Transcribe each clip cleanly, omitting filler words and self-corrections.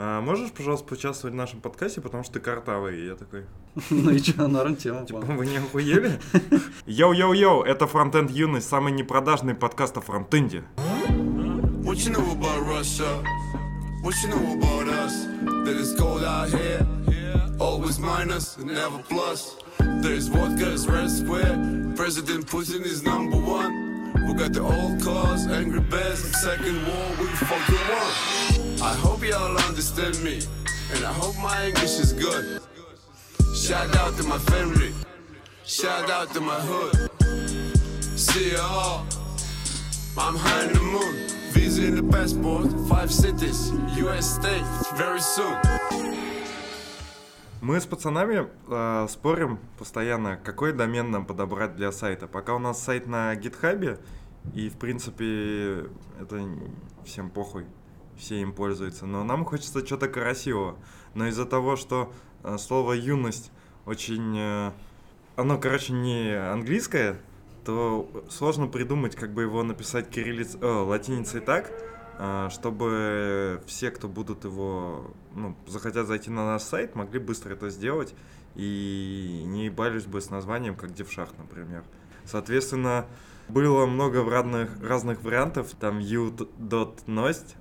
Можешь, пожалуйста, поучаствовать в нашем подкасте, потому что ты картавый. И я такой... Ну и что, норм тема. Типа, вы не охуели? Йоу-йоу-йоу, это Фронтенд Юность, самый непродажный подкаст о фронтенде. What you know about Russia? What you know about us? That it's cold out here, always minus, never plus. There's vodka, it's red square. President Putin is number one. We got the old cars, angry bears, second war, we fucking won. I hope y'all understand me, and I hope my English is good. Shout out to my family, shout out to my hood. See you all, I'm high in the moon. Visa in the passport, 5 cities, US state, very soon. Мы с пацанами спорим постоянно, какой домен нам подобрать для сайта. Пока у нас сайт на гитхабе, и в принципе это всем похуй, все им пользуются. Но нам хочется что-то красивого. Но из-за того, что слово «юность» очень... оно, короче, не английское, то сложно придумать, как бы его написать латиницей так, чтобы все, кто будут его, захотят зайти на наш сайт, могли быстро это сделать и не ебались бы с названием, как Девшах, например. Соответственно, было много разных вариантов, там yun.ost,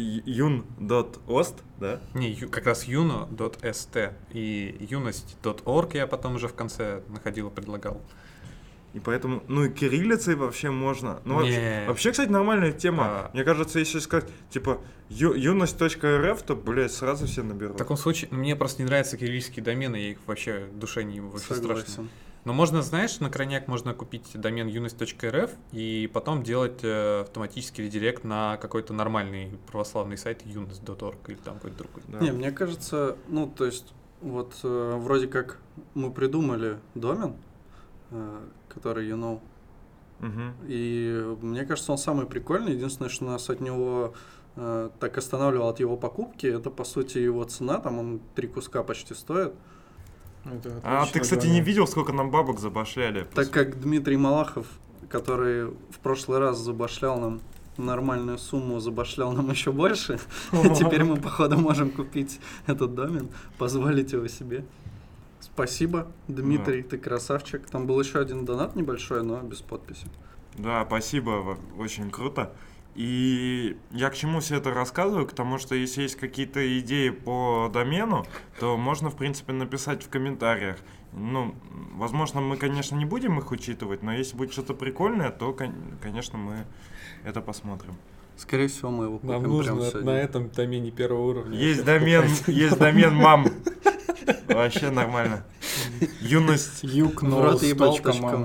да? Не, как раз yuno.st и юность.org я потом уже в конце находил и предлагал. И поэтому, и кириллицей вообще можно. Вообще, кстати, нормальная тема. Мне кажется, если сказать, типа, юность.рф, то, блядь, сразу все наберут. В таком случае, мне просто не нравятся кириллические домены, я их вообще в душе не вообще страшно. Но можно, знаешь, на крайняк можно купить домен юность.рф и потом делать автоматический редирект на какой-то нормальный православный сайт юность.org или там какой-то другой. Да. Не, мне кажется, вроде как мы придумали домен, который И мне кажется, он самый прикольный. Единственное, что нас от него так останавливало от его покупки, это, по сути, его цена. Там он 3 куска почти стоит. Ты, кстати, не видел, сколько нам бабок забашляли? Так как Дмитрий Малахов, который в прошлый раз забашлял нам нормальную сумму, забашлял нам еще больше, теперь мы, походу, можем купить этот домен, позволить его себе. Спасибо, Дмитрий, ты красавчик. Там был еще один донат небольшой, но без подписи. Да, спасибо, очень круто. И я к чему все это рассказываю? К тому, что если есть какие-то идеи по домену, то можно, в принципе, написать в комментариях. Возможно, мы, конечно, не будем их учитывать, но если будет что-то прикольное, то, конечно, мы это посмотрим. Скорее всего, мы его купим. Нам нужно на этом домене первого уровня. Есть домен мам. Вообще нормально. Юность. YouKnow.com.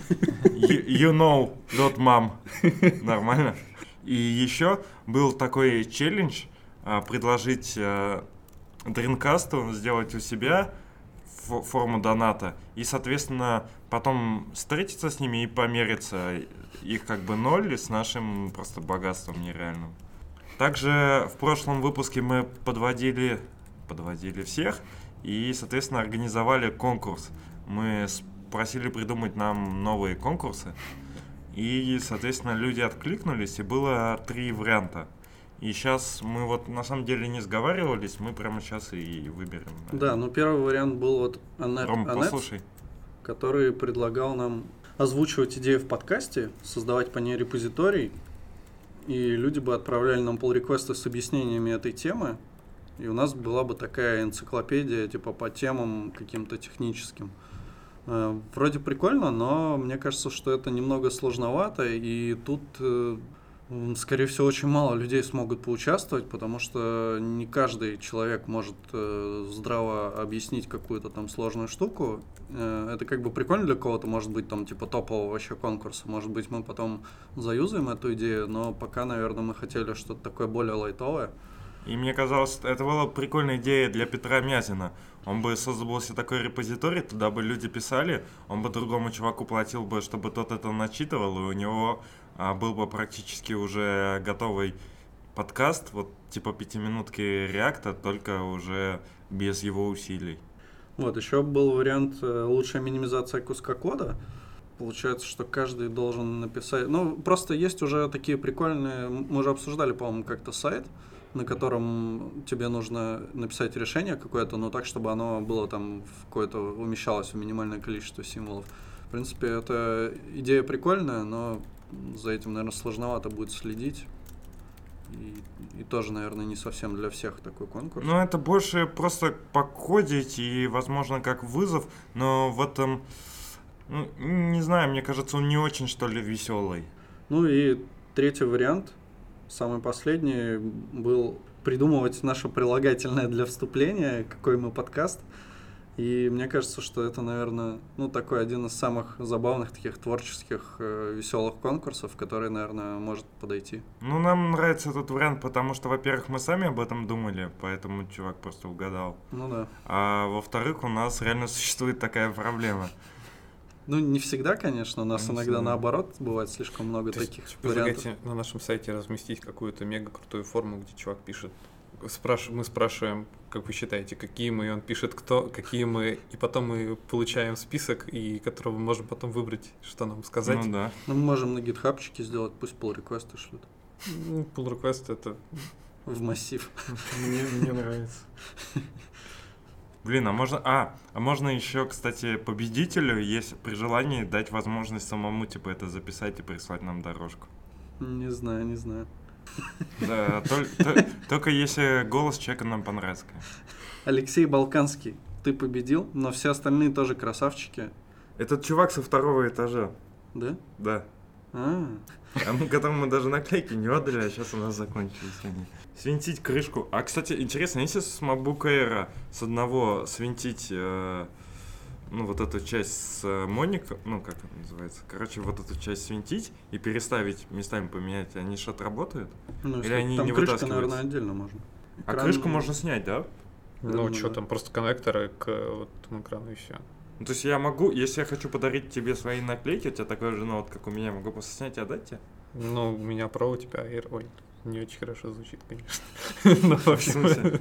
YouKnow.mom. Нормально. И еще был такой челлендж предложить Дринкасту сделать у себя форму доната и, соответственно, потом встретиться с ними и помериться их как бы ноль с нашим просто богатством нереальным. Также в прошлом выпуске мы подводили всех и, соответственно, организовали конкурс. Мы просили придумать нам новые конкурсы. И, соответственно, люди откликнулись, и было 3 варианта. И сейчас мы на самом деле не сговаривались, мы прямо сейчас и выберем. Да, первый вариант был Рома, послушай. Который предлагал нам озвучивать идеи в подкасте, создавать по ней репозиторий, и люди бы отправляли нам pull-реквесты с объяснениями этой темы, и у нас была бы такая энциклопедия, типа по темам каким-то техническим. Вроде прикольно, но мне кажется, что это немного сложновато, и тут, скорее всего, очень мало людей смогут поучаствовать, потому что не каждый человек может здраво объяснить какую-то там сложную штуку. Это как бы прикольно для кого-то, может быть, там типа топового вообще конкурса, может быть, мы потом заюзаем эту идею, но пока, наверное, мы хотели что-то такое более лайтовое. И мне казалось, это была прикольная идея для Петра Мязина. Он бы создал себе такой репозиторий, туда бы люди писали, он бы другому чуваку платил бы, чтобы тот это начитывал, и у него был бы практически уже готовый подкаст, типа 5-минутки реакта, только уже без его усилий. Еще был вариант лучшая минимизация куска кода. Получается, что каждый должен написать... просто есть уже такие прикольные... Мы уже обсуждали, по-моему, как-то сайт, на котором тебе нужно написать решение какое-то, но так, чтобы оно было там в какое-то, умещалось в минимальное количество символов. В принципе, эта идея прикольная, но за этим, наверное, сложновато будет следить. И тоже, наверное, не совсем для всех такой конкурс. Ну, это больше просто покодить и, возможно, как вызов, но в этом, ну, не знаю, мне кажется, он не очень, что ли, веселый. Ну и третий вариант, самый последний, был придумывать наше прилагательное для вступления, какой мы подкаст. И мне кажется, что это, наверное, ну, такой один из самых забавных, таких творческих, веселых конкурсов, который, наверное, может подойти. Ну, нам нравится этот вариант, потому что, во-первых, мы сами об этом думали, поэтому чувак просто угадал. Ну да. А во-вторых, у нас реально существует такая проблема. Ну, не всегда, конечно, у нас иногда наоборот бывает слишком много таких вариантов. Предлагаете на нашем сайте разместить какую-то мега крутую форму, где чувак пишет. Мы спрашиваем, как вы считаете, какие мы, и он пишет, кто, какие мы, и потом мы получаем список, и которого мы можем потом выбрать, что нам сказать. Ну да. Ну, мы можем на гитхабчике сделать, пусть pull реквесты шлют. Pull request это... В массив. Мне нравится. Блин, а можно еще, кстати, победителю, если при желании, дать возможность самому, типа, это записать и прислать нам дорожку. Не знаю. Да, только если голос человека нам понравится. Алексей Балканский, ты победил, но все остальные тоже красавчики. Этот чувак со второго этажа. Да? Да. А Которому мы даже наклейки не отдали, а сейчас у нас закончились они. Свинтить крышку. А, кстати, интересно, если с MacBook Air с одного свинтить, ну, вот эту часть с моником, ну, как это называется, короче, вот эту часть свинтить и переставить, местами поменять, они же отработают? Ну, Или они там не крышка, вытаскиваются? наверное, отдельно можно. А крышку можно снять, да? Ну, Да, что да. там, просто коннекторы к вот этому экрану и все. Ну, то есть я могу, если я хочу подарить тебе свои наклейки, у тебя такая же ноут, как у меня, могу просто снять и отдать тебе? Ну, у меня Pro, у тебя Air. Ой, не очень хорошо звучит, конечно. Ну, в общем...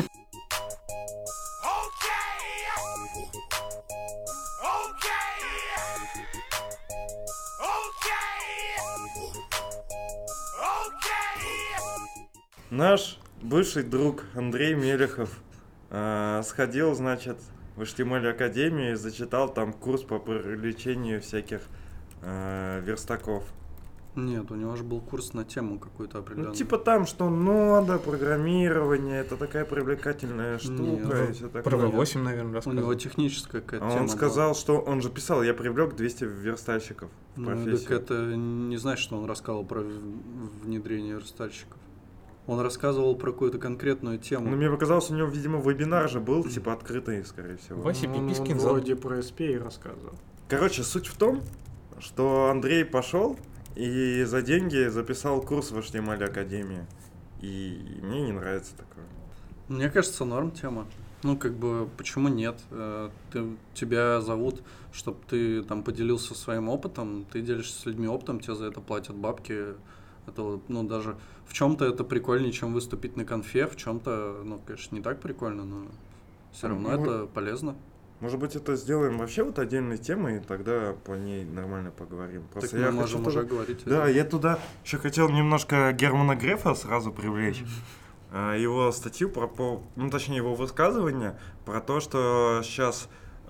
Наш бывший друг Андрей Мелехов сходил, значит, в HTML Академию и зачитал там курс по привлечению всяких верстаков. Нет, у него же был курс на тему какую-то определенную. Ну, типа там, что нода, программирование, это такая привлекательная штука. И всё такое. Про V8, наверное, У рассказывал. него техническая какая-то А тема он сказал, что он же писал, я привлек 200 верстальщиков в была. Ну, профессию. так это не значит, что он рассказывал про внедрение верстальщиков. Он рассказывал про какую-то конкретную тему. Ну, мне показалось, у него, видимо, вебинар же был, типа, открытый, скорее всего. Вася Он Пипискин вроде про SP рассказывал. Короче, суть в том, что Андрей пошел и за деньги записал курс в HTML Академии. И мне не нравится такое. Мне кажется, норм тема. Ну, как бы, почему нет? Тебя зовут, чтобы ты там поделился своим опытом, ты делишься с людьми опытом, тебе за это платят бабки. Это вот, ну, даже в чем-то это прикольнее, чем выступить на конфе, в чем-то, ну, конечно, не так прикольно, но все равно это полезно. Может быть, это сделаем вообще вот отдельной темой, и тогда по ней нормально поговорим. Так Просто мы я можем хочу уже туда... говорить. Да, я туда еще хотел немножко Германа Грефа сразу привлечь. Его статью ну, точнее, его высказывание про то, что сейчас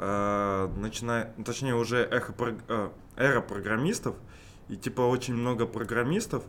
точнее, уже эра программистов, и типа очень много программистов,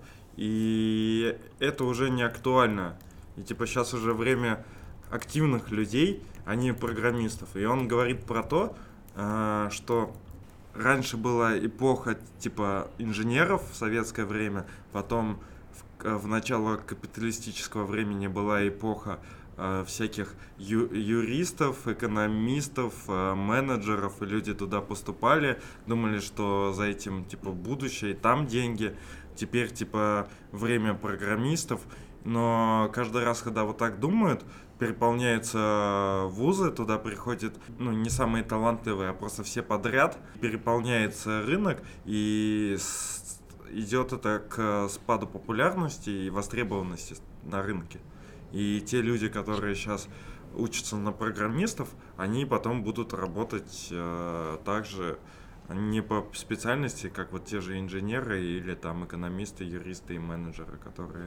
и это уже не актуально. И типа сейчас уже время активных людей, а не программистов. И он говорит про то, что раньше была эпоха типа инженеров в советское время, потом в начало капиталистического времени была эпоха всяких юристов, экономистов, менеджеров, и люди туда поступали, думали, что за этим типа будущее, и там деньги. Теперь типа время программистов, но каждый раз, когда вот так думают, переполняются вузы, туда приходят, ну, не самые талантливые, а просто все подряд, переполняется рынок, и идет это к спаду популярности и востребованности на рынке. И те люди, которые сейчас учатся на программистов, они потом будут работать также не по специальности, как вот те же инженеры или там экономисты, юристы и менеджеры, которые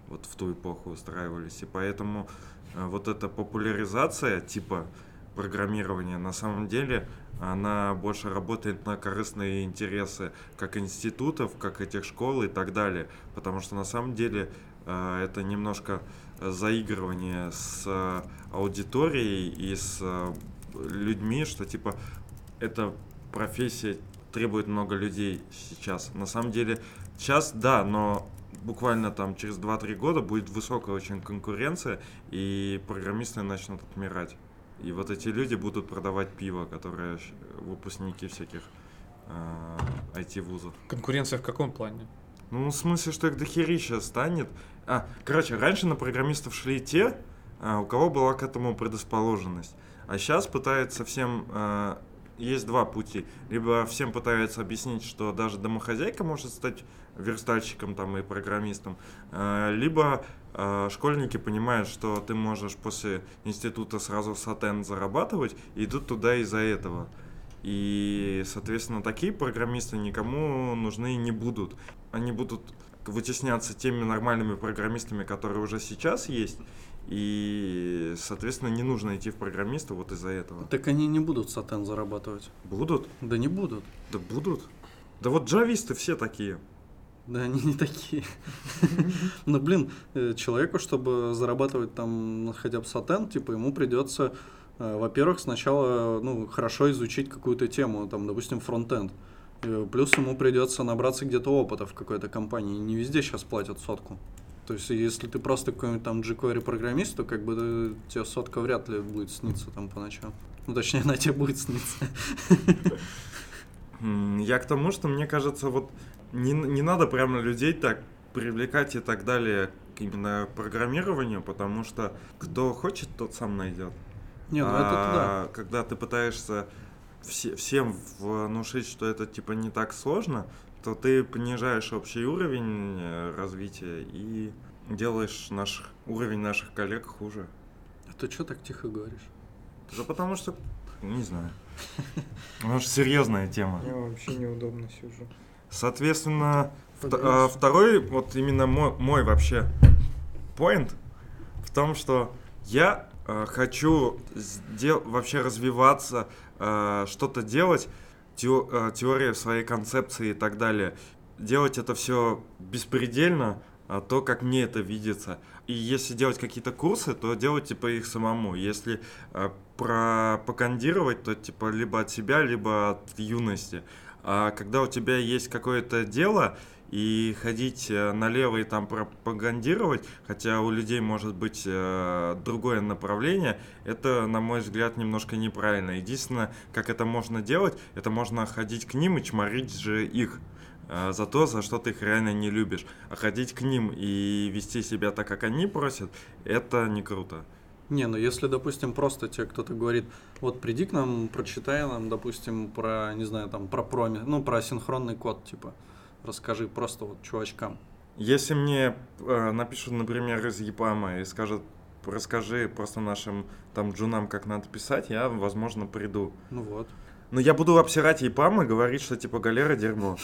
вот в ту эпоху устраивались. И поэтому вот эта популяризация типа программирования на самом деле она больше работает на корыстные интересы как институтов, как этих школ и так далее. Потому что на самом деле это немножко заигрывание с аудиторией и с людьми, что типа эта профессия требует много людей сейчас. На самом деле сейчас да, но буквально там через 2-3 года будет высокая очень конкуренция, и программисты начнут отмирать. И вот эти люди будут продавать пиво, которые выпускники всяких IT-вузов. Конкуренция в каком плане? Ну, в смысле, что их дохерища станет. Короче, раньше на программистов шли те, у кого была к этому предрасположенность. А сейчас пытаются всем... Есть два пути. Либо всем пытаются объяснить, что даже домохозяйка может стать верстальщиком там, и программистом, либо школьники понимают, что ты можешь после института сразу сатен зарабатывать, и идут туда из-за этого. И, соответственно, такие программисты никому нужны не будут. Они будут вытесняться теми нормальными программистами, которые уже сейчас есть, и, соответственно, не нужно идти в программиста вот из-за этого. Так они не будут сатен зарабатывать. Будут? Да не будут. Да будут. Да вот джависты все такие. Да они не такие. Но, блин, человеку, чтобы зарабатывать там хотя бы сатен, типа ему придется, во-первых, сначала хорошо изучить какую-то тему, там, допустим, фронтенд. Плюс ему придется набраться где-то опыта в какой-то компании. Не везде сейчас платят сотку. То есть, если ты просто какой-нибудь там jQuery программист, то как бы тебе сотка вряд ли будет сниться там по ночам. Ну, точнее, она тебе будет сниться. Я к тому, что мне кажется, вот не надо прямо людей так привлекать и так далее к именно программированию, потому что кто хочет, тот сам найдет. Не, ну это да. Когда ты пытаешься всем внушить, что это типа не так сложно, то ты понижаешь общий уровень развития и делаешь уровень наших коллег хуже. А ты что так тихо говоришь? Да потому что, не знаю. Потому что серьезная тема. Я вообще неудобно сижу. Соответственно, второй, вот именно мой вообще point в том, что я хочу вообще развиваться, что-то делать, теория своей концепции и так далее. Делать это все беспредельно, то, как мне это видится. И если делать какие-то курсы, то делать типа их самому. Если пропагандировать, то типа либо от себя, либо от юности. А когда у тебя есть какое-то дело, и ходить налево и там пропагандировать, хотя у людей может быть другое направление, это, на мой взгляд, немножко неправильно. Единственное, как это можно делать, это можно ходить к ним и чморить же их за то, за что ты их реально не любишь. А ходить к ним и вести себя так, как они просят, это не круто. Не, ну если, допустим, просто тебе кто-то говорит, вот приди к нам, прочитай нам, допустим, про, не знаю, там, про про синхронный код, типа, расскажи просто вот чувачкам. Если мне напишут, например, из ЕПАМа и скажут, расскажи просто нашим там джунам, как надо писать, я, возможно, приду. Ну вот. Но я буду обсирать ЕПАМ и говорить, что типа галера дерьмо.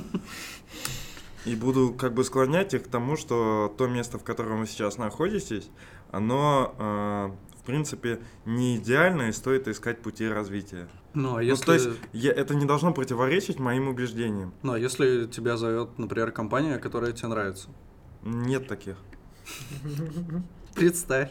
И буду как бы склонять их к тому, что то место, в котором вы сейчас находитесь, оно, в принципе, не идеально и стоит искать пути развития. Ну, а если... то есть это не должно противоречить моим убеждениям. Ну, а если тебя зовет, например, компания, которая тебе нравится? Нет таких. Представь.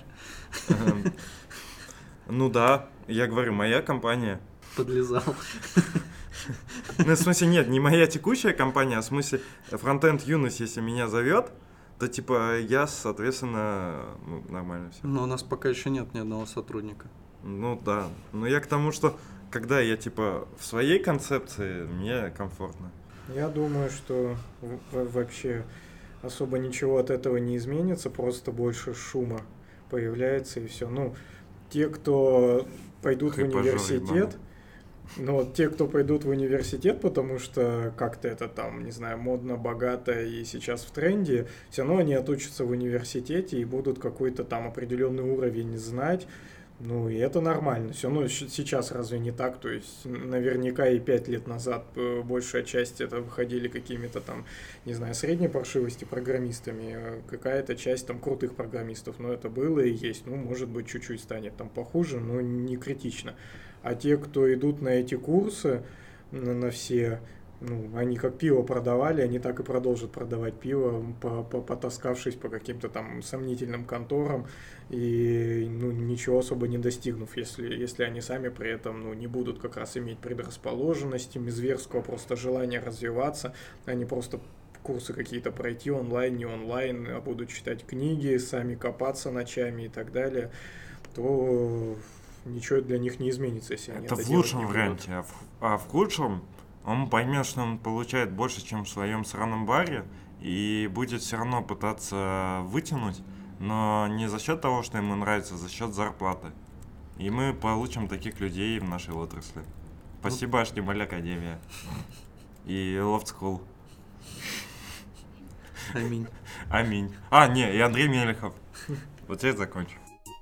Ну да, я говорю, моя компания. Подлезал. Ну, в смысле, нет, не моя текущая компания, а в смысле фронтенд юность, если меня зовет, то типа я, соответственно, нормально все. Но у нас пока еще нет ни одного сотрудника. Ну да, но я к тому, что когда я типа в своей концепции, мне комфортно. Я думаю, что вообще особо ничего от этого не изменится, просто больше шума появляется и все. Ну, те, кто пойдут в университет, те, кто пойдут в университет, потому что как-то это там, не знаю, модно, богато и сейчас в тренде, все равно они отучатся в университете и будут какой-то там определенный уровень знать. Ну, и это нормально. Все, ну, сейчас разве не так? То есть, наверняка и 5 лет назад большая часть это выходили какими-то там, не знаю, средней паршивости программистами, какая-то часть там крутых программистов. Но это было и есть. Ну, может быть, чуть-чуть станет там похуже, но не критично. А те, кто идут на эти курсы, на все... Ну, они как пиво продавали, они так и продолжат продавать пиво, потаскавшись по каким-то там сомнительным конторам и ну, ничего особо не достигнув, если они сами при этом ну, не будут как раз иметь предрасположенности, зверского просто желания развиваться, они просто курсы какие-то пройти онлайн, не онлайн, а будут читать книги, сами копаться ночами и так далее, то ничего для них не изменится, если они это в лучшем варианте, а в худшем он поймет, что он получает больше, чем в своем сраном баре, и будет все равно пытаться вытянуть, но не за счет того, что ему нравится, а за счет зарплаты. И мы получим таких людей в нашей отрасли. Спасибо, HTML Академия и Loft School. Аминь. Аминь. И Андрей Мелехов. Вот здесь закончу.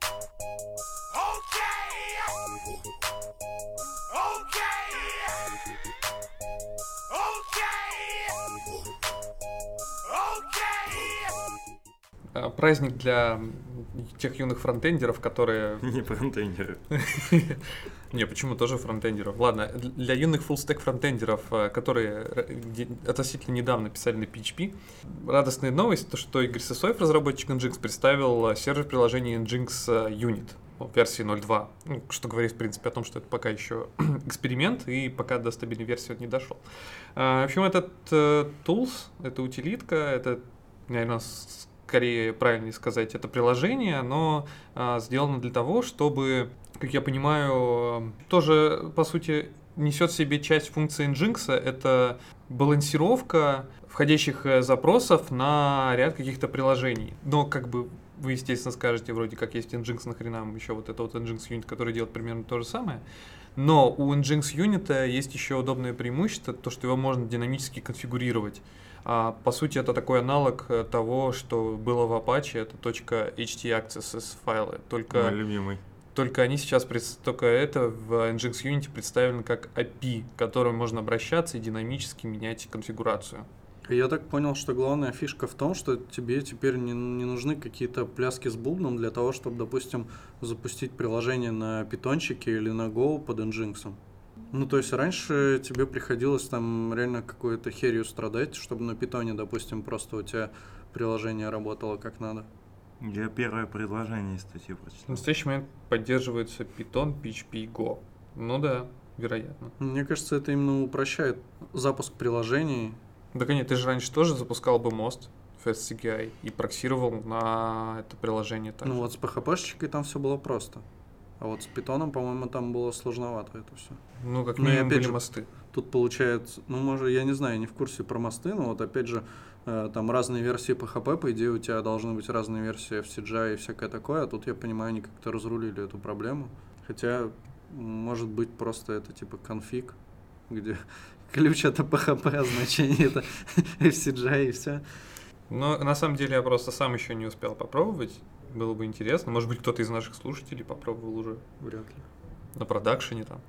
Праздник для тех юных фронтендеров, которые... Не фронтендеры. Не, почему тоже фронтендеров? Ладно, для юных фуллстек фронтендеров, которые относительно недавно писали на PHP, радостная новость, то что Игорь Сысоев, разработчик Nginx, представил сервер приложения Nginx Unit в версии 0.2, что говорит, в принципе, о том, что это пока еще эксперимент, и пока до стабильной версии он не дошел. В общем, этот tools, это утилитка, это, наверное, скорее правильнее сказать, это приложение, оно сделано для того, чтобы, как я понимаю, тоже, по сути, несет в себе часть функции Nginx, это балансировка входящих запросов на ряд каких-то приложений. Но как бы вы, естественно, скажете, вроде как есть Nginx, нахрена нам еще вот это вот Nginx Unit, который делает примерно то же самое. Но у Nginx Unit есть еще удобное преимущество, то, что его можно динамически конфигурировать. По сути, это такой аналог того, что было в Apache, это .htaccess файлы. Мой любимый. Только они сейчас, только это в Nginx Unity представлено как API, к которому можно обращаться и динамически менять конфигурацию. Я так понял, что главная фишка в том, что тебе теперь не нужны какие-то пляски с бубном для того, чтобы, допустим, запустить приложение на питончике или на Go под Nginx. Ну, то есть раньше тебе приходилось там реально какой-то херью страдать, чтобы на питоне, допустим, просто у тебя приложение работало как надо. Я первое предложение из статьи прочитал. В настоящий момент поддерживается Python, PHP и Go. Ну да, вероятно. Мне кажется, это именно упрощает запуск приложений. Да, конечно, ты же раньше тоже запускал бы мост FastCGI и проксировал на это приложение также. Ну вот с PHP-шечкой там все было просто. А вот с питоном, по-моему, там было сложновато это все. Ну, как минимум были мосты. Тут получается, ну, может, я не знаю, не в курсе про мосты, но вот опять же, там разные версии PHP, по идее, у тебя должны быть разные версии FCGI и всякое такое, а тут, я понимаю, они как-то разрулили эту проблему. Хотя, может быть, просто это типа конфиг, где ключ это PHP, а значение это FCGI и все. Но на самом деле я просто сам еще не успел попробовать. Было бы интересно. Может быть, кто-то из наших слушателей попробовал уже. Вряд ли. На продакшене там.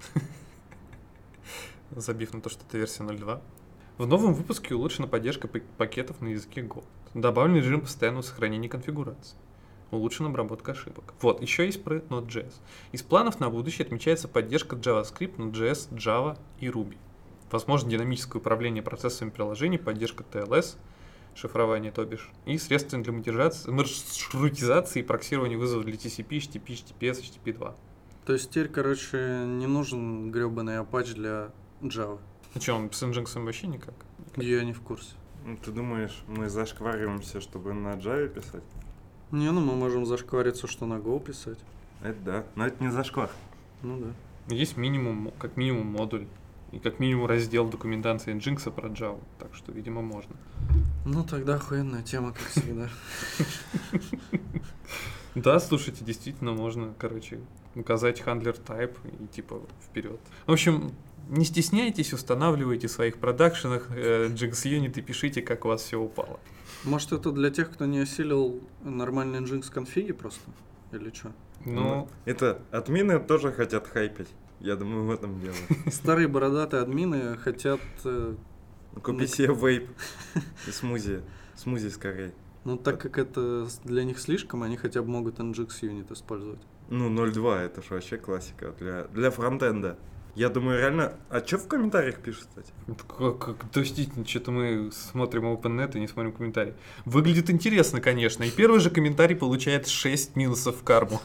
Забив на то, что это версия 0.2. В новом выпуске улучшена поддержка пакетов на языке Go. Добавлен режим постоянного сохранения конфигурации. Улучшена обработка ошибок. Вот, еще есть проект Node.js. Из планов на будущее отмечается поддержка JavaScript, Node.js, Java и Ruby. Возможно динамическое управление процессами приложений, поддержка TLS, шифрование, то бишь, и средства для маршрутизации и проксирования вызовов для TCP, HTTP, HTTPS, HTTP2. То есть теперь, короче, не нужен гребаный Apache для Java. Ну что, он с Nginx вообще никак? Я не в курсе. Ты думаешь, мы зашквариваемся, чтобы на Java писать? Не, ну мы можем зашквариться, что на Go писать. Это да, но это не зашквар. Ну да. Есть минимум, как минимум модуль. И как минимум раздел документации Nginx про Java. Так что, видимо, можно. Ну, тогда охуенная тема, как всегда. Да, слушайте, действительно можно, короче, указать handler type и типа вперед. В общем, не стесняйтесь, устанавливайте в своих продакшенах Nginx Unit и пишите, как у вас все упало. Может, это для тех, кто не осилил нормальные Nginx конфиги просто? Или что? Ну, это админы тоже хотят хайпить. Я думаю, в этом дело. Старые бородатые админы хотят... Купи себе вейп и смузи. Смузи скорее. Ну, так как это для них слишком, они хотя бы могут NGX юнит использовать. Ну, 0.2, это же вообще классика для фронтенда. Я думаю, реально... А что в комментариях пишут, кстати? Действительно, что-то мы смотрим OpenNet и не смотрим комментарии. Выглядит интересно, конечно. И первый же комментарий получает 6 минусов в карму.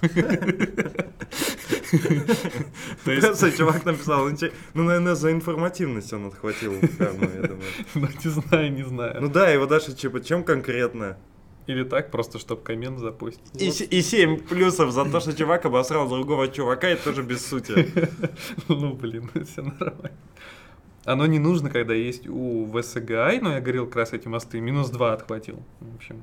Просто чувак написал, ну, наверное, за информативность он отхватил в карму, я думаю. Ну, не знаю. Ну да, его даже, типа, чем конкретно? Или так, просто чтобы коммент запустить. И 7 плюсов за то, что чувак обосрал другого чувака, это тоже без сути. Ну, блин, все нормально. Оно не нужно, когда есть у VSGI, но я говорил, как раз эти мосты, -2 отхватил. В общем.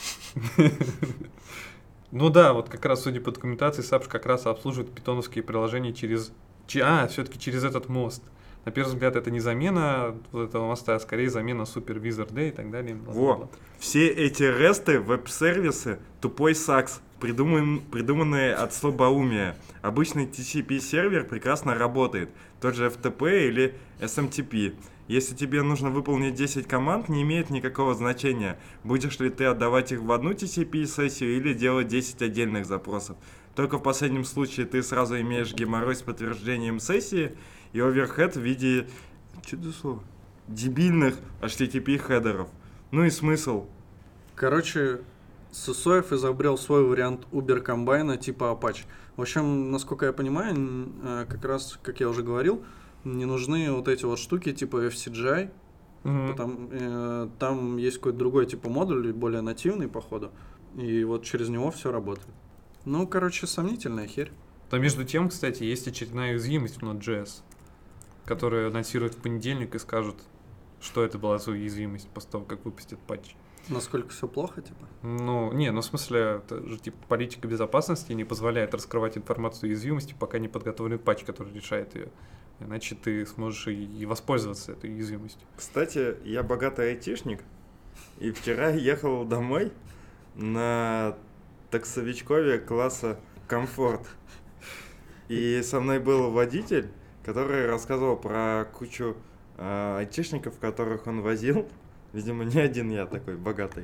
Ну да, вот как раз, судя по документации, Сапш как раз обслуживает питоновские приложения через... все-таки через этот мост. На первый взгляд, это не замена вот этого моста, а скорее замена Super Wizard Day и так далее. Во, все эти ресты, веб-сервисы, тупой сакс, придуманные от слабоумия. Обычный TCP-сервер прекрасно работает, тот же FTP или SMTP. Если тебе нужно выполнить 10 команд, не имеет никакого значения, будешь ли ты отдавать их в одну TCP-сессию или делать 10 отдельных запросов. Только в последнем случае ты сразу имеешь геморрой с подтверждением сессии и оверхед в виде, что это слово, дебильных HTTP-хедеров. Ну и смысл? Короче, Сысоев изобрел свой вариант Uber-комбайна типа Apache. В общем, насколько я понимаю, как раз, как я уже говорил, не нужны вот эти вот штуки типа FCGI. Там есть какой-то другой типа модуль, более нативный, походу. И вот через него все работает. Ну, короче, сомнительная херь. Но между тем, кстати, есть очередная уязвимость в Node.js, которую анонсируют в понедельник и скажут, что это была за уязвимость после того, как выпустят патч. Насколько все плохо, типа? Ну, в смысле, это же типа политика безопасности не позволяет раскрывать информацию о уязвимости, пока не подготовлен патч, который решает ее. Иначе ты сможешь и воспользоваться этой уязвимостью. Кстати, я богатый айтишник, и вчера ехал домой на таксовичкове класса комфорт. И со мной был водитель, который рассказывал про кучу айтишников, которых он возил. Видимо, не один я такой богатый.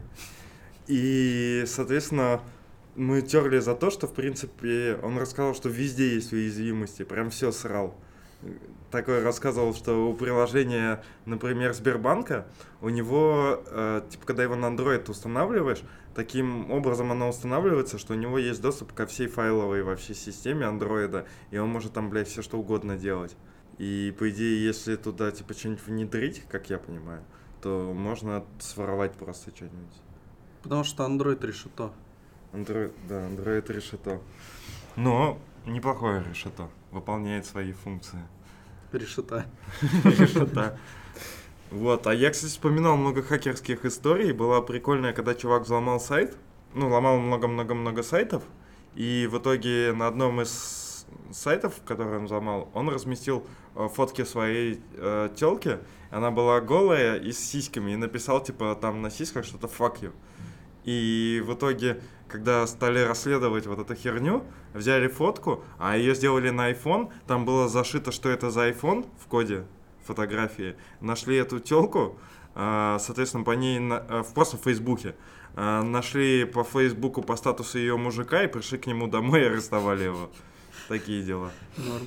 И, соответственно, мы терли за то, что, в принципе, он рассказал, что везде есть уязвимости, прям все срал. Такой рассказывал, что у приложения, например, Сбербанка, у него, типа, когда его на Android устанавливаешь, таким образом оно устанавливается, что у него есть доступ ко всей файловой вообще системе Android, и он может там, блядь, все что угодно делать. И, по идее, если туда, типа, что-нибудь внедрить, как я понимаю, то можно своровать просто что-нибудь. Потому что Android решето. Android решето. Но неплохое решето. Выполняет свои функции. Решета. Решета. Вот, а я, кстати, вспоминал много хакерских историй. Была прикольная, когда чувак взломал сайт. Ну, ломал много-много-много сайтов. И в итоге на одном из сайтов, который он взломал, он разместил фотки своей тёлки. Она была голая и с сиськами. И написал, типа, там на сиськах что-то fuck you. И в итоге, когда стали расследовать вот эту херню, взяли фотку, а ее сделали на iPhone, там было зашито, что это за iPhone в коде фотографии. Нашли эту тёлку, соответственно, по ней, просто в Фейсбуке. Нашли по Фейсбуку по статусу ее мужика и пришли к нему домой и арестовали его. Такие дела. Норм.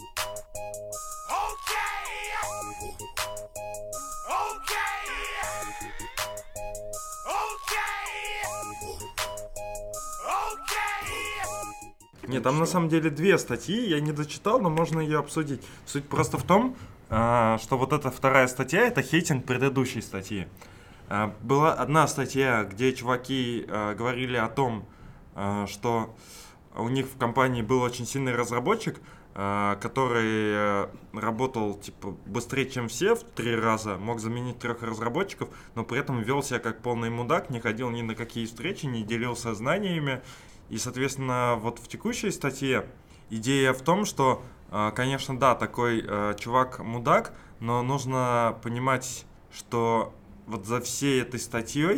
Нет, там на самом деле 2 статьи, я не дочитал, но можно ее обсудить. Суть просто в том, что вот эта вторая статья, это хейтинг предыдущей статьи. Была одна статья, где чуваки говорили о том, что у них в компании был очень сильный разработчик, который работал типа быстрее, чем все, в 3 раза, мог заменить 3 разработчиков, но при этом вел себя как полный мудак, не ходил ни на какие встречи, не делился знаниями. И, соответственно, вот в текущей статье идея в том, что, конечно, да, такой чувак мудак, но нужно понимать, что вот за всей этой статьей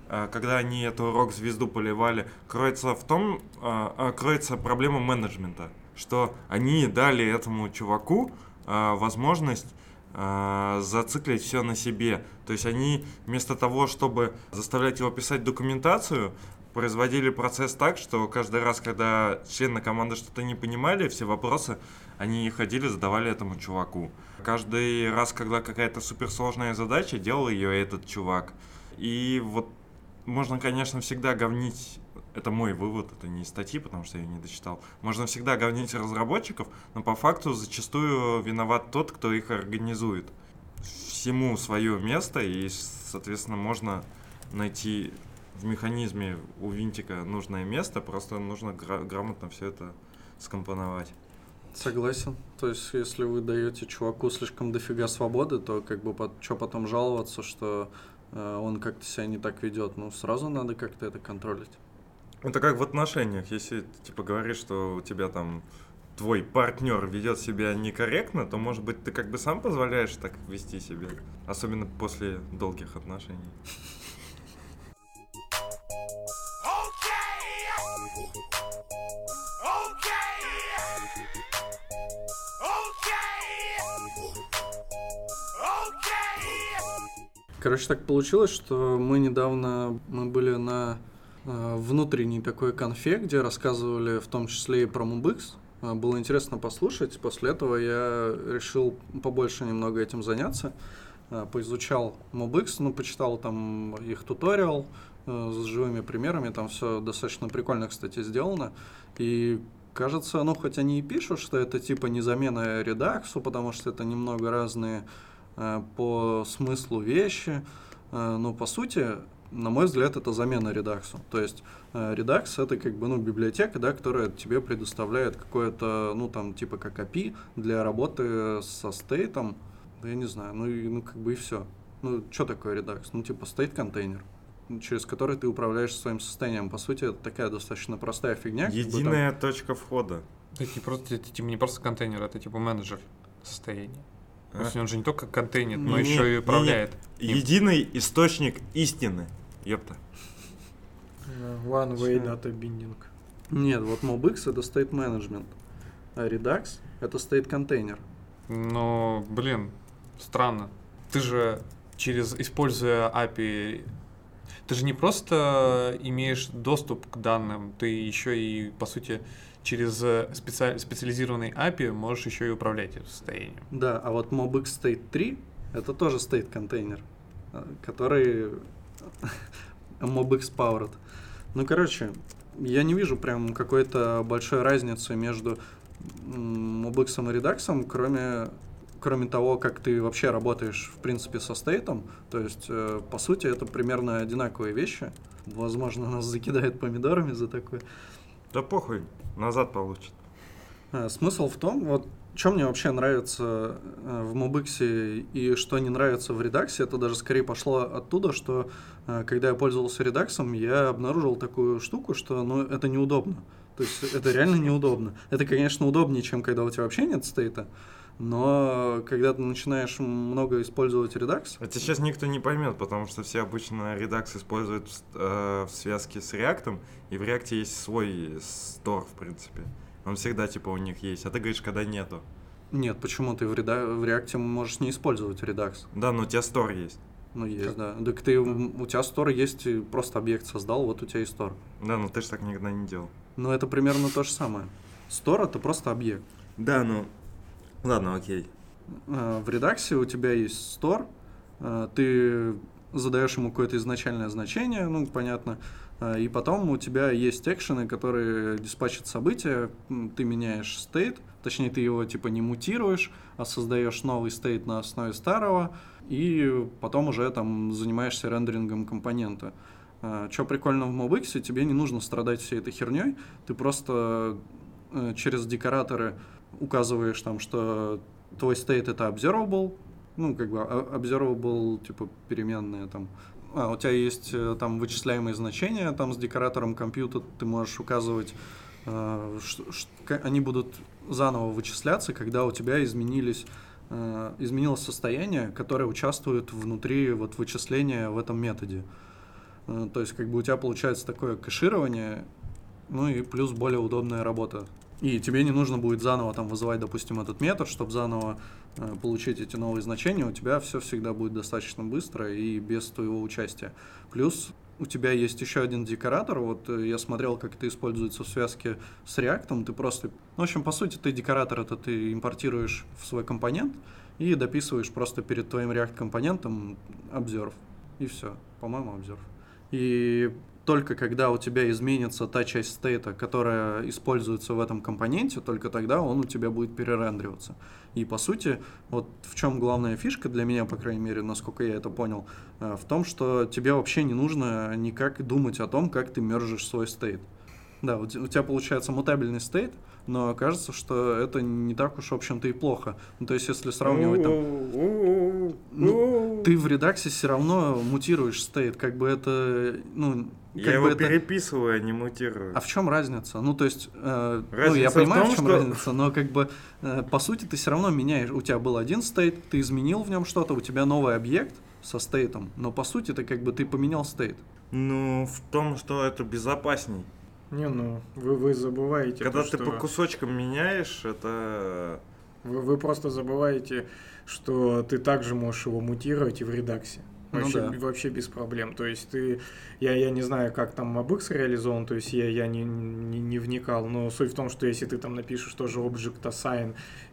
когда они эту рок-звезду поливали, кроется проблема менеджмента, что они дали этому чуваку возможность зациклить все на себе. То есть они вместо того, чтобы заставлять его писать документацию, производили процесс так, что каждый раз, когда члены команды что-то не понимали, все вопросы они ходили, задавали этому чуваку. Каждый раз, когда какая-то суперсложная задача, делал ее этот чувак. И вот можно, конечно, всегда говнить, это мой вывод, это не из статьи, потому что я ее не дочитал, можно всегда говнить разработчиков, но по факту зачастую виноват тот, кто их организует. Всему свое место, и, соответственно, можно найти в механизме у винтика нужное место, просто нужно грамотно все это скомпоновать. Согласен. То есть, если вы даете чуваку слишком дофига свободы, то как бы что потом жаловаться, что он как-то себя не так ведет? Ну, сразу надо как-то это контролить. Это как в отношениях. Если типа говоришь, что у тебя там твой партнер ведет себя некорректно, то, может быть, ты как бы сам позволяешь так вести себя, особенно после долгих отношений. Короче, так получилось, что мы были на внутренней такой конфе, где рассказывали в том числе и про MobX. Было интересно послушать. После этого я решил побольше немного этим заняться. Поизучал MobX, почитал там их туториал с живыми примерами. Там все достаточно прикольно, кстати, сделано. И кажется, хоть они и пишут, что это типа не замена Redux, потому что это немного разные по смыслу вещи, но по сути, на мой взгляд, это замена Redux. То есть Redux — это как бы библиотека, да, которая тебе предоставляет какое-то, типа как API для работы со стейтом, я не знаю, как бы и все. Что такое Redux? Типа стейт-контейнер, через который ты управляешь своим состоянием. По сути, это такая достаточно простая фигня. Единая точка входа. Это типа не просто контейнер, это типа менеджер состояния. То есть он же не только контейнер, но еще и управляет. Единый источник истины. Ёпта. One way, not a binding. Нет, вот MobX — это state management, а Redux — это state container. Но, странно. Ты же используя API, ты же не просто имеешь доступ к данным, ты еще и, по сути, через специализированный API можешь еще и управлять этим состоянием. Да, а вот MobX State 3 — это тоже state container, который MobX powered. Я не вижу прям какой-то большой разницы между MobX и Redux, кроме того, как ты вообще работаешь, в принципе, со стейтом. То есть, по сути, это примерно одинаковые вещи. Возможно, нас закидают помидорами за такое. Да похуй, назад получит. Смысл в том, что мне вообще нравится в MobX и что не нравится в Redux, это даже скорее пошло оттуда, что когда я пользовался Redux, я обнаружил такую штуку, что это неудобно. То есть это реально неудобно. Это, конечно, удобнее, чем когда у тебя вообще нет стейта, но когда ты начинаешь много использовать Redux... Это сейчас никто не поймет, потому что все обычно Redux используют в связке с React, и в React есть свой стор, в принципе. Он всегда типа у них есть, а ты говоришь, когда нету. Нет, почему? Ты в React можешь не использовать Redux. Да, но у тебя стор есть. Есть, да. Так у тебя стор есть, просто объект создал, вот у тебя и стор. Да, но ты же так никогда не делал. Это примерно то же самое. Стор — это просто объект. Да, ладно, окей. В Redux у тебя есть стор, ты задаешь ему какое-то изначальное значение, понятно, и потом у тебя есть экшены, которые диспатчат события, ты меняешь стейт, точнее ты его типа не мутируешь, а создаешь новый стейт на основе старого, и потом уже там занимаешься рендерингом компонента. Что прикольно в MobX, тебе не нужно страдать всей этой херней, ты просто через декораторы указываешь там, что твой state — это observable, observable, типа переменная там. У тебя есть там вычисляемые значения, там с декоратором компьютер ты можешь указывать, они будут заново вычисляться, когда у тебя изменилось состояние, которое участвует внутри вычисления в этом методе. То есть, как бы у тебя получается такое кэширование, ну и плюс более удобная работа. И тебе не нужно будет заново там вызывать, допустим, этот метод, чтобы заново получить эти новые значения. У тебя все всегда будет достаточно быстро и без твоего участия. Плюс у тебя есть еще один декоратор. Вот я смотрел, как это используется в связке с React. Ты просто... Ну, в общем, по сути, ты декоратор это ты импортируешь в свой компонент и дописываешь просто перед твоим React-компонентом observe. И все. По-моему, observe. И только когда у тебя изменится та часть стейта, которая используется в этом компоненте, только тогда он у тебя будет перерендериваться. И по сути, вот в чем главная фишка для меня, по крайней мере, насколько я это понял, в том, что тебе вообще не нужно никак думать о том, как ты мержишь свой стейт. Да, у тебя получается мутабельный стейт, но кажется, что это не так уж, в общем-то, и плохо. Ну, то есть, если сравнивать там... Ну, ты в редаксе все равно мутируешь стейт, как бы это... Ну, я его переписываю, а не мутирую. А в чем разница? Ну, то есть... я понимаю, в чем разница, но как бы, по сути, ты все равно меняешь. У тебя был один стейт, ты изменил в нем что-то, у тебя новый объект со стейтом, но, по сути, это как бы ты поменял стейт. Ну, в том, что это безопасней. Не, ну, вы забываете... Когда ты по кусочкам меняешь, это... Вы просто забываете, что ты также можешь его мутировать и в редаксе. Вообще без проблем. То есть я не знаю, как там MobX реализован, то есть я не вникал, но суть в том, что если ты там напишешь тоже object assign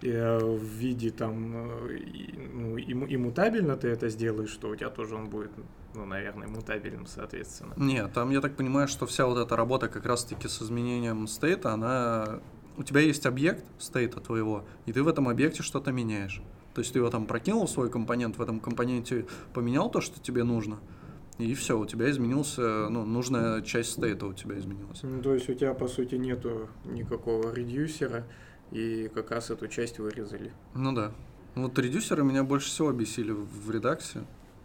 в виде там иммутабельно ты это сделаешь, то у тебя тоже он будет, ну, наверное, мутабельным, соответственно. Нет, там я так понимаю, что вся вот эта работа как раз-таки с изменением стейта, она... У тебя есть объект стейта твоего, и ты в этом объекте что-то меняешь. То есть ты его там прокинул в свой компонент, в этом компоненте поменял то, что тебе нужно, и все, у тебя изменился, ну, нужная часть стейта у тебя изменилась. Ну, то есть у тебя, по сути, нету никакого редюсера, и как раз эту часть вырезали. Ну да. Вот редюсеры меня больше всего бесили в редаксе.